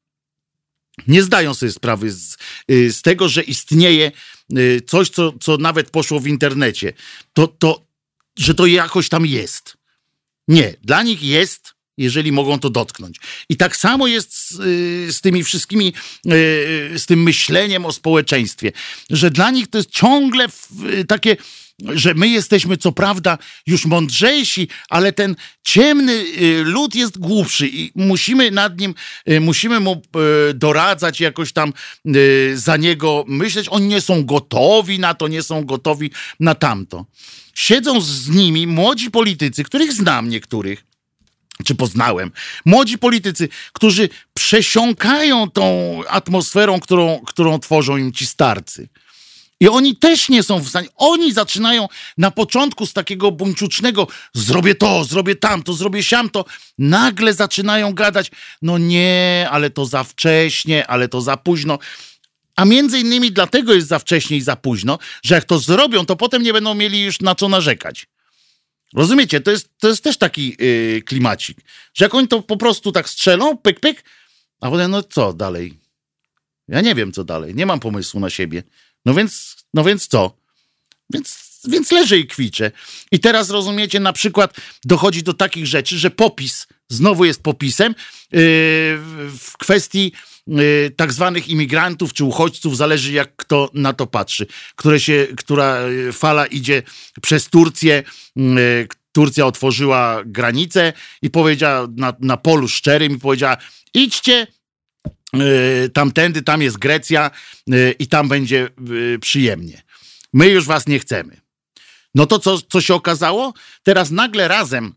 Nie zdają sobie sprawy z, yy, z tego, że istnieje yy, coś, co, co nawet poszło w internecie. To, to, że to jakoś tam jest. Nie, dla nich jest, jeżeli mogą to dotknąć. I tak samo jest z, z tymi wszystkimi, z tym myśleniem o społeczeństwie, że dla nich to jest ciągle takie, że my jesteśmy co prawda już mądrzejsi, ale ten ciemny lud jest głupszy i musimy nad nim, musimy mu doradzać, jakoś tam za niego myśleć. Oni nie są gotowi na to, nie są gotowi na tamto. Siedzą z nimi młodzi politycy, których znam niektórych, czy poznałem, młodzi politycy, którzy przesiąkają tą atmosferą, którą, którą tworzą im ci starcy. I oni też nie są w stanie, oni zaczynają na początku z takiego buńczucznego, zrobię to, zrobię tamto, zrobię siamto, nagle zaczynają gadać, no nie, ale to za wcześnie, ale to za późno. A między innymi dlatego jest za wcześnie i za późno, że jak to zrobią, to potem nie będą mieli już na co narzekać. Rozumiecie? To jest, to jest też taki yy, klimacik, że jak oni to po prostu tak strzelą, pyk, pyk, a potem no co dalej? Ja nie wiem, co dalej. Nie mam pomysłu na siebie. No więc, no więc co? Więc, więc leżę i kwiczę. I teraz, rozumiecie, na przykład dochodzi do takich rzeczy, że popis znowu jest popisem yy, w kwestii yy, tak zwanych imigrantów czy uchodźców, zależy jak kto na to patrzy, które się, która fala idzie przez Turcję. Yy, Turcja otworzyła granicę i powiedziała na, na polu szczerym i powiedziała, idźcie yy, tamtędy, tam jest Grecja yy, i tam będzie yy, przyjemnie. My już was nie chcemy. No to co, co się okazało? Teraz nagle razem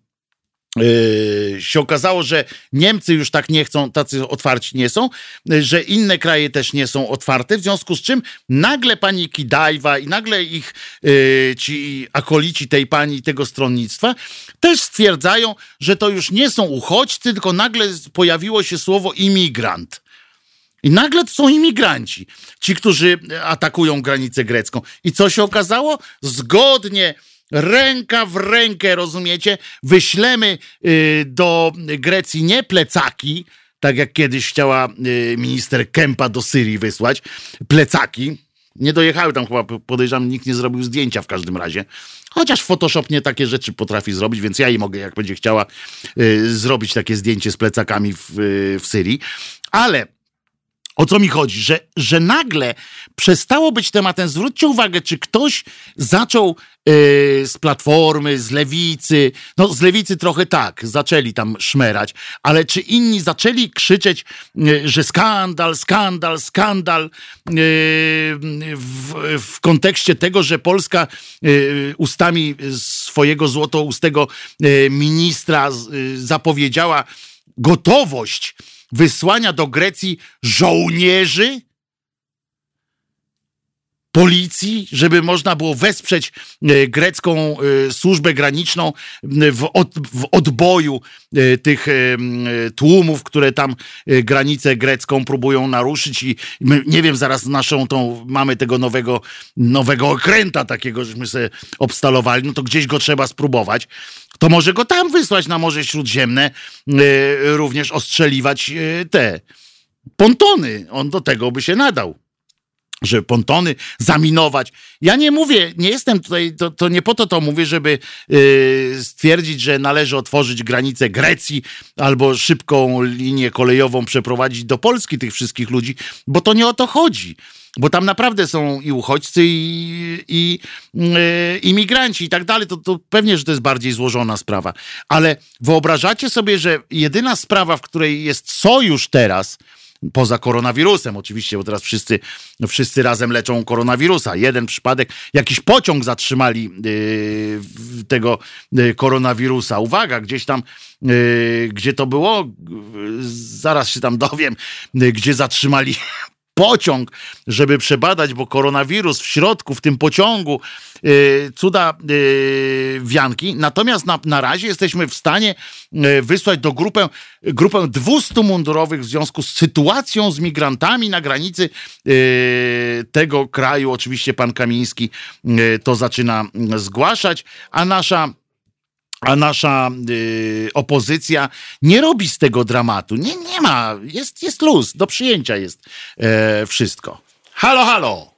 Yy, się okazało, że Niemcy już tak nie chcą, tacy otwarci nie są, yy, że inne kraje też nie są otwarte, w związku z czym nagle pani Kidajwa i nagle ich yy, ci akolici tej pani, tego stronnictwa też stwierdzają, że to już nie są uchodźcy, tylko nagle pojawiło się słowo imigrant. I nagle to są imigranci, ci, którzy atakują granicę grecką. I co się okazało? Zgodnie ręka w rękę, rozumiecie? Wyślemy y, do Grecji nie plecaki, tak jak kiedyś chciała y, minister Kempa do Syrii wysłać, plecaki. Nie dojechały tam chyba, podejrzewam, nikt nie zrobił zdjęcia w każdym razie. Chociaż Photoshop nie takie rzeczy potrafi zrobić, więc ja jej mogę, jak będzie chciała, y, zrobić takie zdjęcie z plecakami w, y, w Syrii. Ale O co mi chodzi? Że, że nagle przestało być tematem. Zwróćcie uwagę, czy ktoś zaczął yy, z Platformy, z Lewicy, no z Lewicy trochę tak, zaczęli tam szmerać, ale czy inni zaczęli krzyczeć, yy, że skandal, skandal, skandal yy, w, w kontekście tego, że Polska yy, ustami swojego złotoustego yy, ministra yy, zapowiedziała gotowość wysłania do Grecji żołnierzy, policji, żeby można było wesprzeć grecką służbę graniczną w, od, w odboju tych tłumów, które tam granicę grecką próbują naruszyć i my, nie wiem, zaraz naszą tą, mamy tego nowego, nowego okręta takiego, żeśmy sobie obstalowali, no to gdzieś go trzeba spróbować. To może go tam wysłać na Morze Śródziemne, również ostrzeliwać te pontony. On do tego by się nadał, żeby pontony zaminować. Ja nie mówię, nie jestem tutaj, to, to nie po to to mówię, żeby yy, stwierdzić, że należy otworzyć granicę Grecji albo szybką linię kolejową przeprowadzić do Polski tych wszystkich ludzi, bo to nie o to chodzi. Bo tam naprawdę są i uchodźcy, i, i yy, imigranci i tak dalej. To, to pewnie, że to jest bardziej złożona sprawa. Ale wyobrażacie sobie, że jedyna sprawa, w której jest sojusz teraz, poza koronawirusem oczywiście, bo teraz wszyscy, wszyscy razem leczą koronawirusa. Jeden przypadek, jakiś pociąg zatrzymali yy, tego yy, koronawirusa. Uwaga, gdzieś tam, yy, gdzie to było, yy, zaraz się tam dowiem, yy, gdzie zatrzymali pociąg, żeby przebadać, bo koronawirus w środku, w tym pociągu, yy, cuda yy, wianki. Natomiast na, na razie jesteśmy w stanie yy, wysłać do grupę, grupę dwustu mundurowych w związku z sytuacją z migrantami na granicy yy, tego kraju. Oczywiście pan Kamiński yy, to zaczyna zgłaszać, a nasza A nasza y, opozycja nie robi z tego dramatu. Nie, nie ma. Jest, jest luz. Do przyjęcia jest e, wszystko. Halo, halo.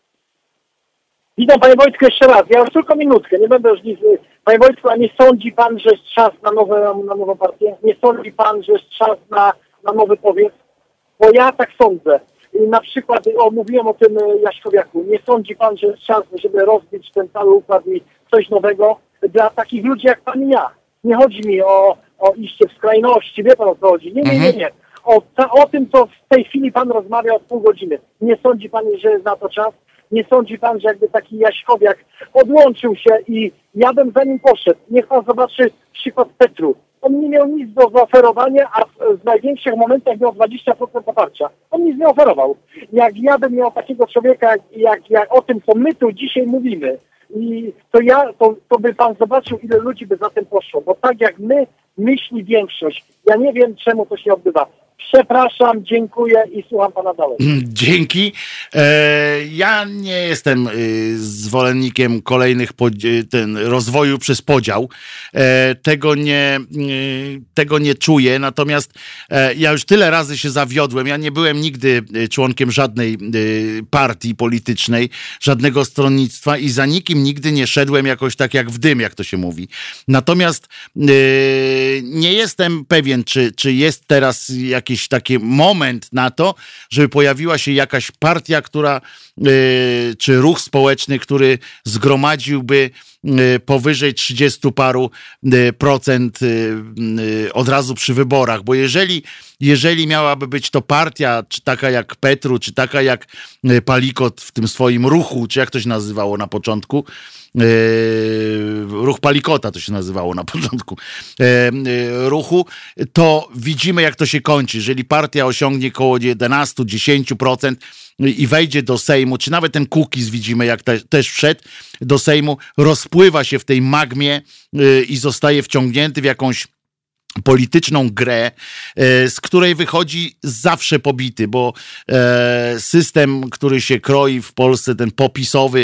Witam, panie Wojtku, jeszcze raz. Ja już tylko minutkę. Nie będę już nic... Panie Wojtku, a nie sądzi pan, że jest czas na, nowe, na nową partię? Nie sądzi pan, że jest czas na, na nowy powiat? Bo ja tak sądzę. I na przykład, o, mówiłem o tym Jaśkowiaku. Nie sądzi pan, że jest czas, żeby rozbić ten cały układ i coś nowego dla takich ludzi jak pan i ja? Nie chodzi mi o, o iście w skrajności, wie pan o co chodzi. Nie, nie, nie, nie. O, o tym, co w tej chwili pan rozmawia od pół godziny. Nie sądzi pan, że jest na to czas? Nie sądzi pan, że jakby taki Jaśkowiak odłączył się i ja bym za nim poszedł. Niech pan zobaczy przykład Petru. On nie miał nic do zaoferowania, a w, w największych momentach miał dwadzieścia procent poparcia. On nic nie oferował. Jak ja bym miał takiego człowieka, jak, jak, jak o tym, co my tu dzisiaj mówimy, i to ja, to, to by pan zobaczył, ile ludzi by za tym poszło. Bo tak jak my, myśli większość. Ja nie wiem, czemu to się odbywa. Przepraszam, dziękuję i słucham pana dalej. Dzięki. E, ja nie jestem y, zwolennikiem kolejnych podzi- ten rozwoju przez podział. E, tego nie, y, tego nie czuję. Natomiast e, ja już tyle razy się zawiodłem. Ja nie byłem nigdy członkiem żadnej y, partii politycznej, żadnego stronnictwa i za nikim nigdy nie szedłem jakoś tak jak w dym, jak to się mówi. Natomiast y, nie jestem pewien, czy, czy jest teraz jakiś jakiś taki moment na to, żeby pojawiła się jakaś partia, która, yy, czy ruch społeczny, który zgromadziłby yy, powyżej trzydziestu paru yy, procent yy, yy, od razu przy wyborach, bo jeżeli, jeżeli miałaby być to partia, czy taka jak Petru, czy taka jak yy, Palikot w tym swoim ruchu, czy jak to się nazywało na początku, Yy, ruch Palikota to się nazywało na początku yy, yy, ruchu, to widzimy jak to się kończy. Jeżeli partia osiągnie około jedenaście do dziesięciu procent i wejdzie do Sejmu, czy nawet ten Kukiz widzimy jak te, też wszedł do Sejmu, rozpływa się w tej magmie yy, i zostaje wciągnięty w jakąś polityczną grę, z której wychodzi zawsze pobity, bo system, który się kroi w Polsce, ten popisowy,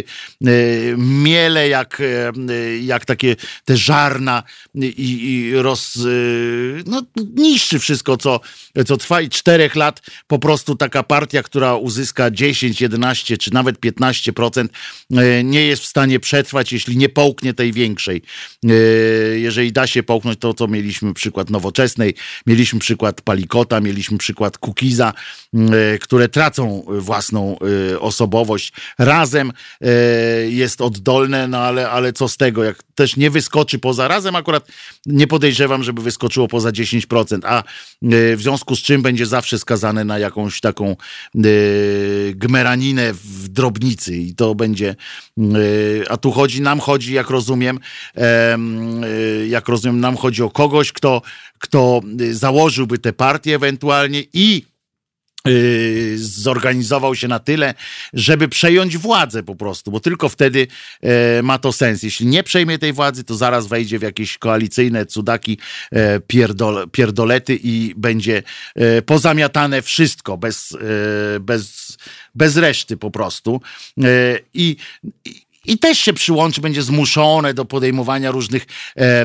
miele jak, jak takie te żarna i, i roz, no, niszczy wszystko, co, co trwa i czterech lat po prostu taka partia, która uzyska dziesięć, jedenaście czy nawet piętnaście procent nie jest w stanie przetrwać, jeśli nie połknie tej większej. Jeżeli da się połknąć to, co mieliśmy przykład przykład Nowoczesnej, mieliśmy przykład Palikota, mieliśmy przykład Kukiza, które tracą własną osobowość. Razem jest oddolne, no ale, ale co z tego, jak też nie wyskoczy poza Razem, akurat nie podejrzewam, żeby wyskoczyło poza dziesięć procent, a w związku z czym będzie zawsze skazane na jakąś taką gmeraninę w drobnicy i to będzie, a tu chodzi, nam chodzi, jak rozumiem, jak rozumiem, nam chodzi o kogoś, kto, kto założyłby tę partię ewentualnie i zorganizował się na tyle, żeby przejąć władzę po prostu, bo tylko wtedy e, ma to sens. Jeśli nie przejmie tej władzy, to zaraz wejdzie w jakieś koalicyjne cudaki, e, pierdol, pierdolety i będzie e, pozamiatane wszystko bez, e, bez, bez reszty po prostu. E, i, i I też się przyłączy, będzie zmuszone do podejmowania różnych e, e,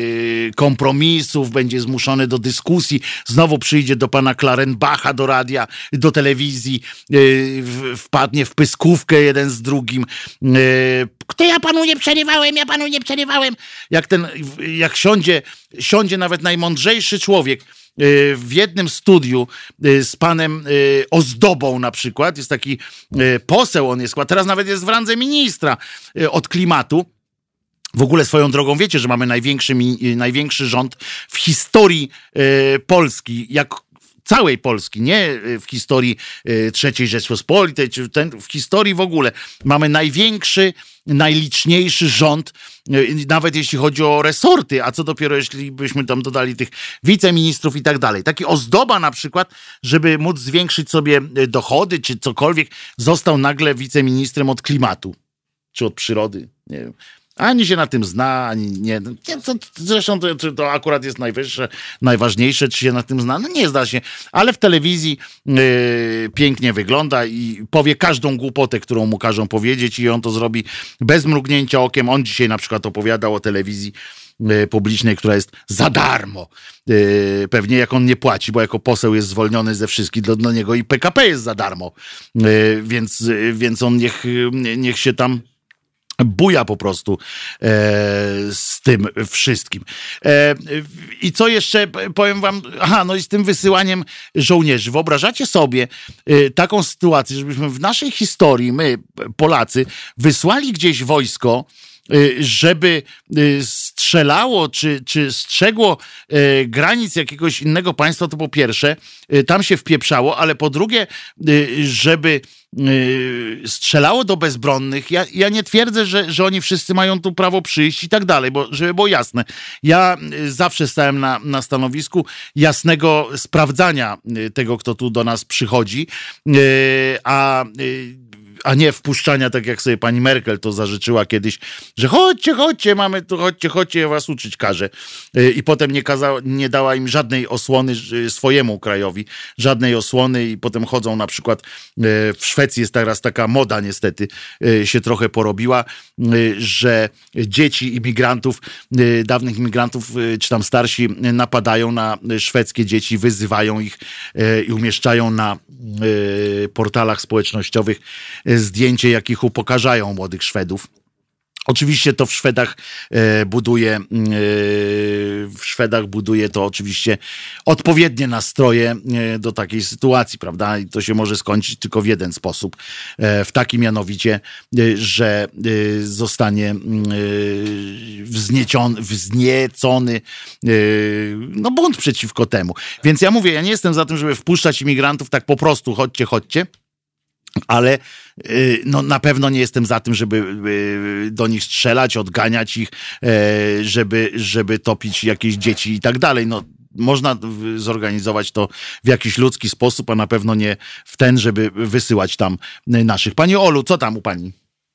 kompromisów, będzie zmuszone do dyskusji. Znowu przyjdzie do pana Klarenbacha, do radia, do telewizji, e, w, wpadnie w pyskówkę jeden z drugim. E, Kto ja panu nie przerywałem, ja panu nie przerywałem. Jak ten, jak siądzie, siądzie nawet najmądrzejszy człowiek w jednym studiu z panem Ozdobą na przykład, jest taki poseł, on jest, teraz nawet jest w randze ministra od klimatu. W ogóle swoją drogą wiecie, że mamy największy, największy rząd w historii Polski, jak całej Polski, nie w historii trzeciej Rzeczpospolitej, czy ten, w historii w ogóle. Mamy największy, najliczniejszy rząd, nawet jeśli chodzi o resorty, a co dopiero jeśli byśmy tam dodali tych wiceministrów i tak dalej. Taki Ozdoba na przykład, żeby móc zwiększyć sobie dochody, czy cokolwiek, został nagle wiceministrem od klimatu, czy od przyrody, nie wiem. Ani się na tym zna, ani nie. To, zresztą to, to akurat jest najwyższe, najważniejsze, czy się na tym zna. No nie zda się, ale w telewizji yy, pięknie wygląda i powie każdą głupotę, którą mu każą powiedzieć i on to zrobi bez mrugnięcia okiem. On dzisiaj na przykład opowiadał o telewizji yy, publicznej, która jest za darmo. Yy, pewnie jak on nie płaci, bo jako poseł jest zwolniony ze wszystkich, dla, dla niego i P K P jest za darmo. Yy, więc, yy, więc on niech, yy, niech się tam buja po prostu e, z tym wszystkim. E, I co jeszcze powiem wam, aha, no i z tym wysyłaniem żołnierzy. Wyobrażacie sobie e, taką sytuację, żebyśmy w naszej historii, my Polacy, wysłali gdzieś wojsko, żeby strzelało, czy, czy strzegło granic jakiegoś innego państwa, to po pierwsze, tam się wpieprzało, ale po drugie, żeby strzelało do bezbronnych. Ja, ja nie twierdzę, że, że oni wszyscy mają tu prawo przyjść i tak dalej, bo żeby było jasne. Ja zawsze stałem na, na stanowisku jasnego sprawdzania tego, kto tu do nas przychodzi, a a nie wpuszczania, tak jak sobie pani Merkel to zażyczyła kiedyś, że chodźcie, chodźcie, mamy tu, chodźcie, chodźcie, ja was uczyć każę. I potem nie, kazała, nie dała im żadnej osłony swojemu krajowi, żadnej osłony i potem chodzą na przykład w Szwecji jest teraz taka moda niestety się trochę porobiła, że dzieci imigrantów, dawnych imigrantów, czy tam starsi napadają na szwedzkie dzieci, wyzywają ich i umieszczają na portalach społecznościowych zdjęcie, jak ich upokarzają młodych Szwedów. Oczywiście to w Szwedach e, buduje e, w Szwedach buduje to oczywiście odpowiednie nastroje e, do takiej sytuacji, prawda? I to się może skończyć tylko w jeden sposób. E, w takim mianowicie, e, że e, zostanie e, wznieciony, wzniecony e, no bunt przeciwko temu. Więc ja mówię, ja nie jestem za tym, żeby wpuszczać imigrantów tak po prostu, chodźcie, chodźcie. Ale no, na pewno nie jestem za tym, żeby do nich strzelać, odganiać ich, żeby, żeby topić jakieś dzieci i tak dalej. No, można zorganizować to w jakiś ludzki sposób, a na pewno nie w ten, żeby wysyłać tam naszych. Pani Olu, co tam u pani?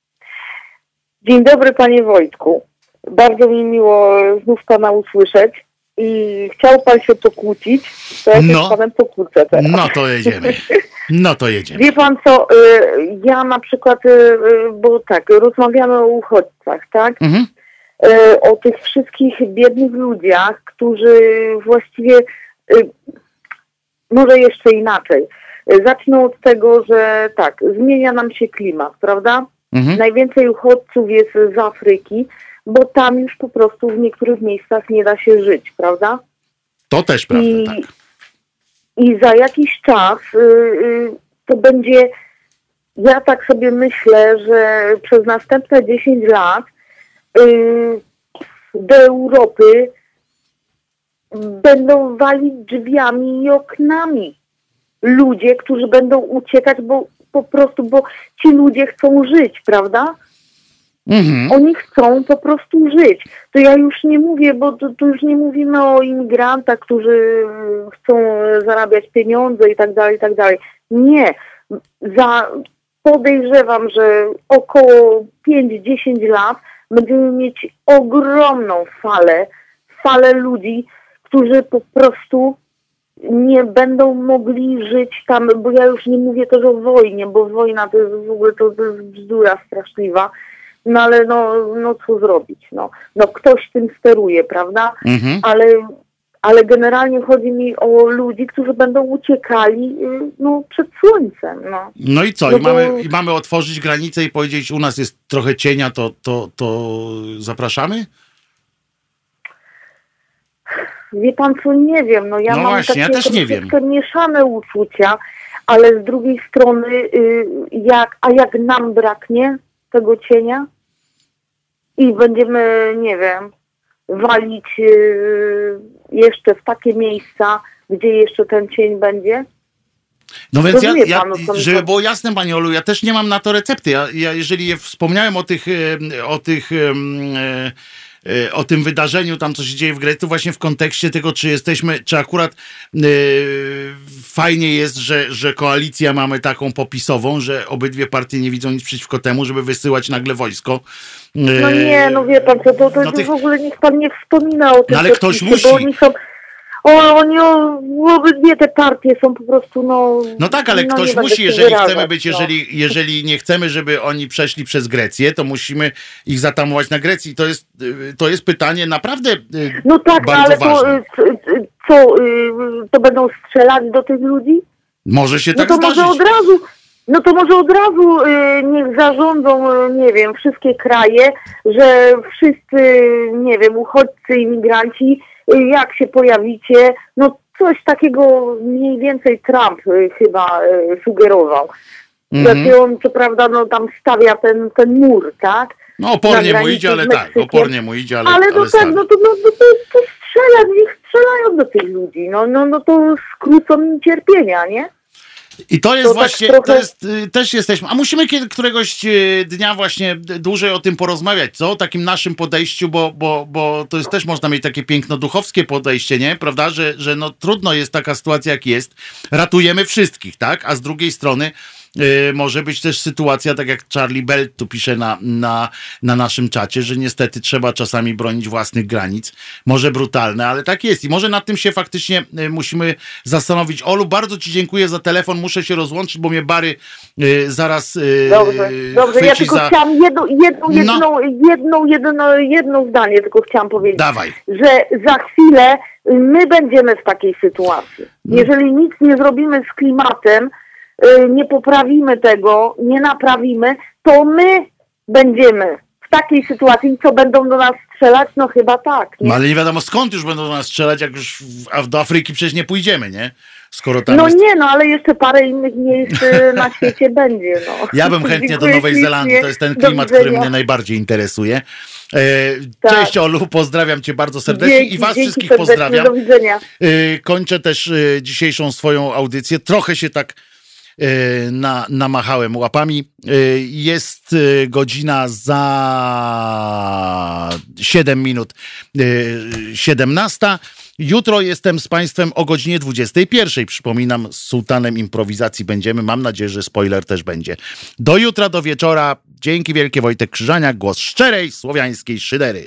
Dzień dobry, panie Wojtku. Bardzo mi miło znów pana usłyszeć. I chciał pan się pokłócić, to ja się no, z panem pokłócę teraz. No to jedziemy. No to jedziemy. Wie pan co, ja na przykład, bo tak, rozmawiamy o uchodźcach, tak? Mhm. O tych wszystkich biednych ludziach, którzy właściwie, może jeszcze inaczej. Zacznę od tego, że tak, zmienia nam się klimat, prawda? Mhm. Najwięcej uchodźców jest z Afryki, bo tam już po prostu w niektórych miejscach nie da się żyć, prawda? To też prawda, I, tak. I za jakiś czas y, y, to będzie, ja tak sobie myślę, że przez następne dziesięć lat y, do Europy będą walić drzwiami i oknami ludzie, którzy będą uciekać, bo po prostu, bo ci ludzie chcą żyć, prawda? Mhm. Oni chcą po prostu żyć. To ja już nie mówię, bo to, to już nie mówimy o imigrantach, którzy chcą zarabiać pieniądze i tak dalej, i tak dalej. Nie. Za, podejrzewam, że około pięć do dziesięciu lat będziemy mieć ogromną falę, falę ludzi, którzy po prostu nie będą mogli żyć tam, bo ja już nie mówię też o wojnie, bo wojna to jest w ogóle to, to jest bzdura straszliwa. No ale no, no co zrobić, no. No ktoś tym steruje, prawda? Mhm. Ale, ale generalnie chodzi mi o ludzi, którzy będą uciekali no, przed słońcem, no. No i co? No I, bo... mamy, I mamy otworzyć granicę i powiedzieć, u nas jest trochę cienia, to, to, to zapraszamy? Wie pan co, nie wiem, no ja no mam właśnie, takie ja też nie wiem. mieszane uczucia, ale z drugiej strony, y, jak, a jak nam braknie tego cienia i będziemy, nie wiem, walić y, jeszcze w takie miejsca, gdzie jeszcze ten cień będzie? No więc ja, ja żeby było jasne, Pani Olu, ja też nie mam na to recepty. Ja, ja jeżeli wspomniałem o tych, o tych o tym wydarzeniu, tam co się dzieje w Grecji, to właśnie w kontekście tego, czy jesteśmy, czy akurat yy, fajnie jest, że, że koalicję mamy taką popisową, że obydwie partie nie widzą nic przeciwko temu, żeby wysyłać nagle wojsko. Yy, no nie, no wie pan co, to, to no tych... w ogóle niech pan nie wspomina o tym. No ale ktoś podpisie, musi. Bo oni są... O, oni, obydwie te partie są po prostu, no... No tak, ale no, ktoś musi, jeżeli wyrażać, chcemy być, no. jeżeli, jeżeli nie chcemy, żeby oni przeszli przez Grecję, to musimy ich zatamować na Grecji. To jest, to jest pytanie naprawdę no tak, bardzo ale ważne. To, co, to będą strzelać do tych ludzi? Może się no tak to zdarzyć. Może od razu, no to może od razu niech zarządzą, nie wiem, wszystkie kraje, że wszyscy, nie wiem, uchodźcy, imigranci, jak się pojawicie, no coś takiego mniej więcej Trump chyba sugerował. Mm-hmm. Znaczy on co prawda no tam stawia ten, ten mur, tak? No opornie mu idzie, ale tak, opornie mu idzie, ale Ale no ale tak, no to, no, no to, to strzela, niech strzelają do tych ludzi, no, no, no to skrócą im cierpienia, nie? I to jest to właśnie, tak trochę... to jest, też jesteśmy, a musimy kiedy, któregoś dnia właśnie dłużej o tym porozmawiać, co? O takim naszym podejściu, bo, bo, bo to jest też można mieć takie piękno-duchowskie podejście, nie? Prawda? Że, że no trudno jest taka sytuacja jak jest, ratujemy wszystkich, tak? A z drugiej strony Yy, może być też sytuacja, tak jak Charlie Bell tu pisze na, na, na naszym czacie, że niestety trzeba czasami bronić własnych granic. Może brutalne, ale tak jest. I może nad tym się faktycznie yy, musimy zastanowić. Olu, bardzo Ci dziękuję za telefon. Muszę się rozłączyć, bo mnie Bary yy, zaraz yy, Dobrze, dobrze. Ja tylko za... chciałam jedną, jedną, jedną, no. jedną, jedno, jedno zdanie tylko chciałam powiedzieć. Dawaj. Że za chwilę my będziemy w takiej sytuacji. Jeżeli nic nie zrobimy z klimatem, nie poprawimy tego, nie naprawimy, to my będziemy w takiej sytuacji, co będą do nas strzelać, no chyba tak. Nie? No ale nie wiadomo skąd już będą do nas strzelać, jak już w, a do Afryki przecież nie pójdziemy, nie? Skoro tam no jest... nie, no ale jeszcze parę innych miejsc na świecie będzie. No. Ja bym chętnie Dziękuję do Nowej Zelandii, to jest ten klimat, który mnie najbardziej interesuje. E, tak. Cześć Olu, pozdrawiam Cię bardzo serdecznie dzięki, i Was wszystkich serdecznie. pozdrawiam. Do widzenia. E, kończę też e, dzisiejszą swoją audycję. Trochę się tak Na, namachałem łapami. Jest godzina za siedem minut siedemnasta. Jutro jestem z Państwem o godzinie dwudziestej pierwszej. Przypominam, z Sułtanem Improwizacji będziemy. Mam nadzieję, że spoiler też będzie. Do jutra, do wieczora. Dzięki wielkie, Wojtek Krzyżania. Głos szczerej, słowiańskiej szydery.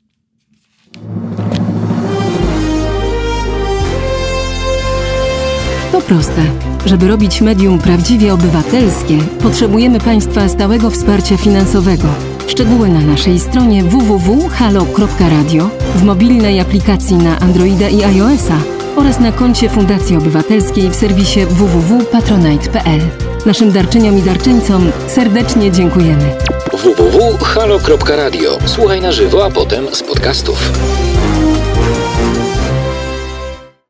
To proste. Żeby robić medium prawdziwie obywatelskie, potrzebujemy Państwa stałego wsparcia finansowego. Szczegóły na naszej stronie w w w kropka halo kropka radio, w mobilnej aplikacji na Androida i iOS-a oraz na koncie Fundacji Obywatelskiej w serwisie w w w kropka patronite kropka p l. Naszym darczyniom i darczyńcom serdecznie dziękujemy. w w w kropka halo kropka radio. Słuchaj na żywo, a potem z podcastów.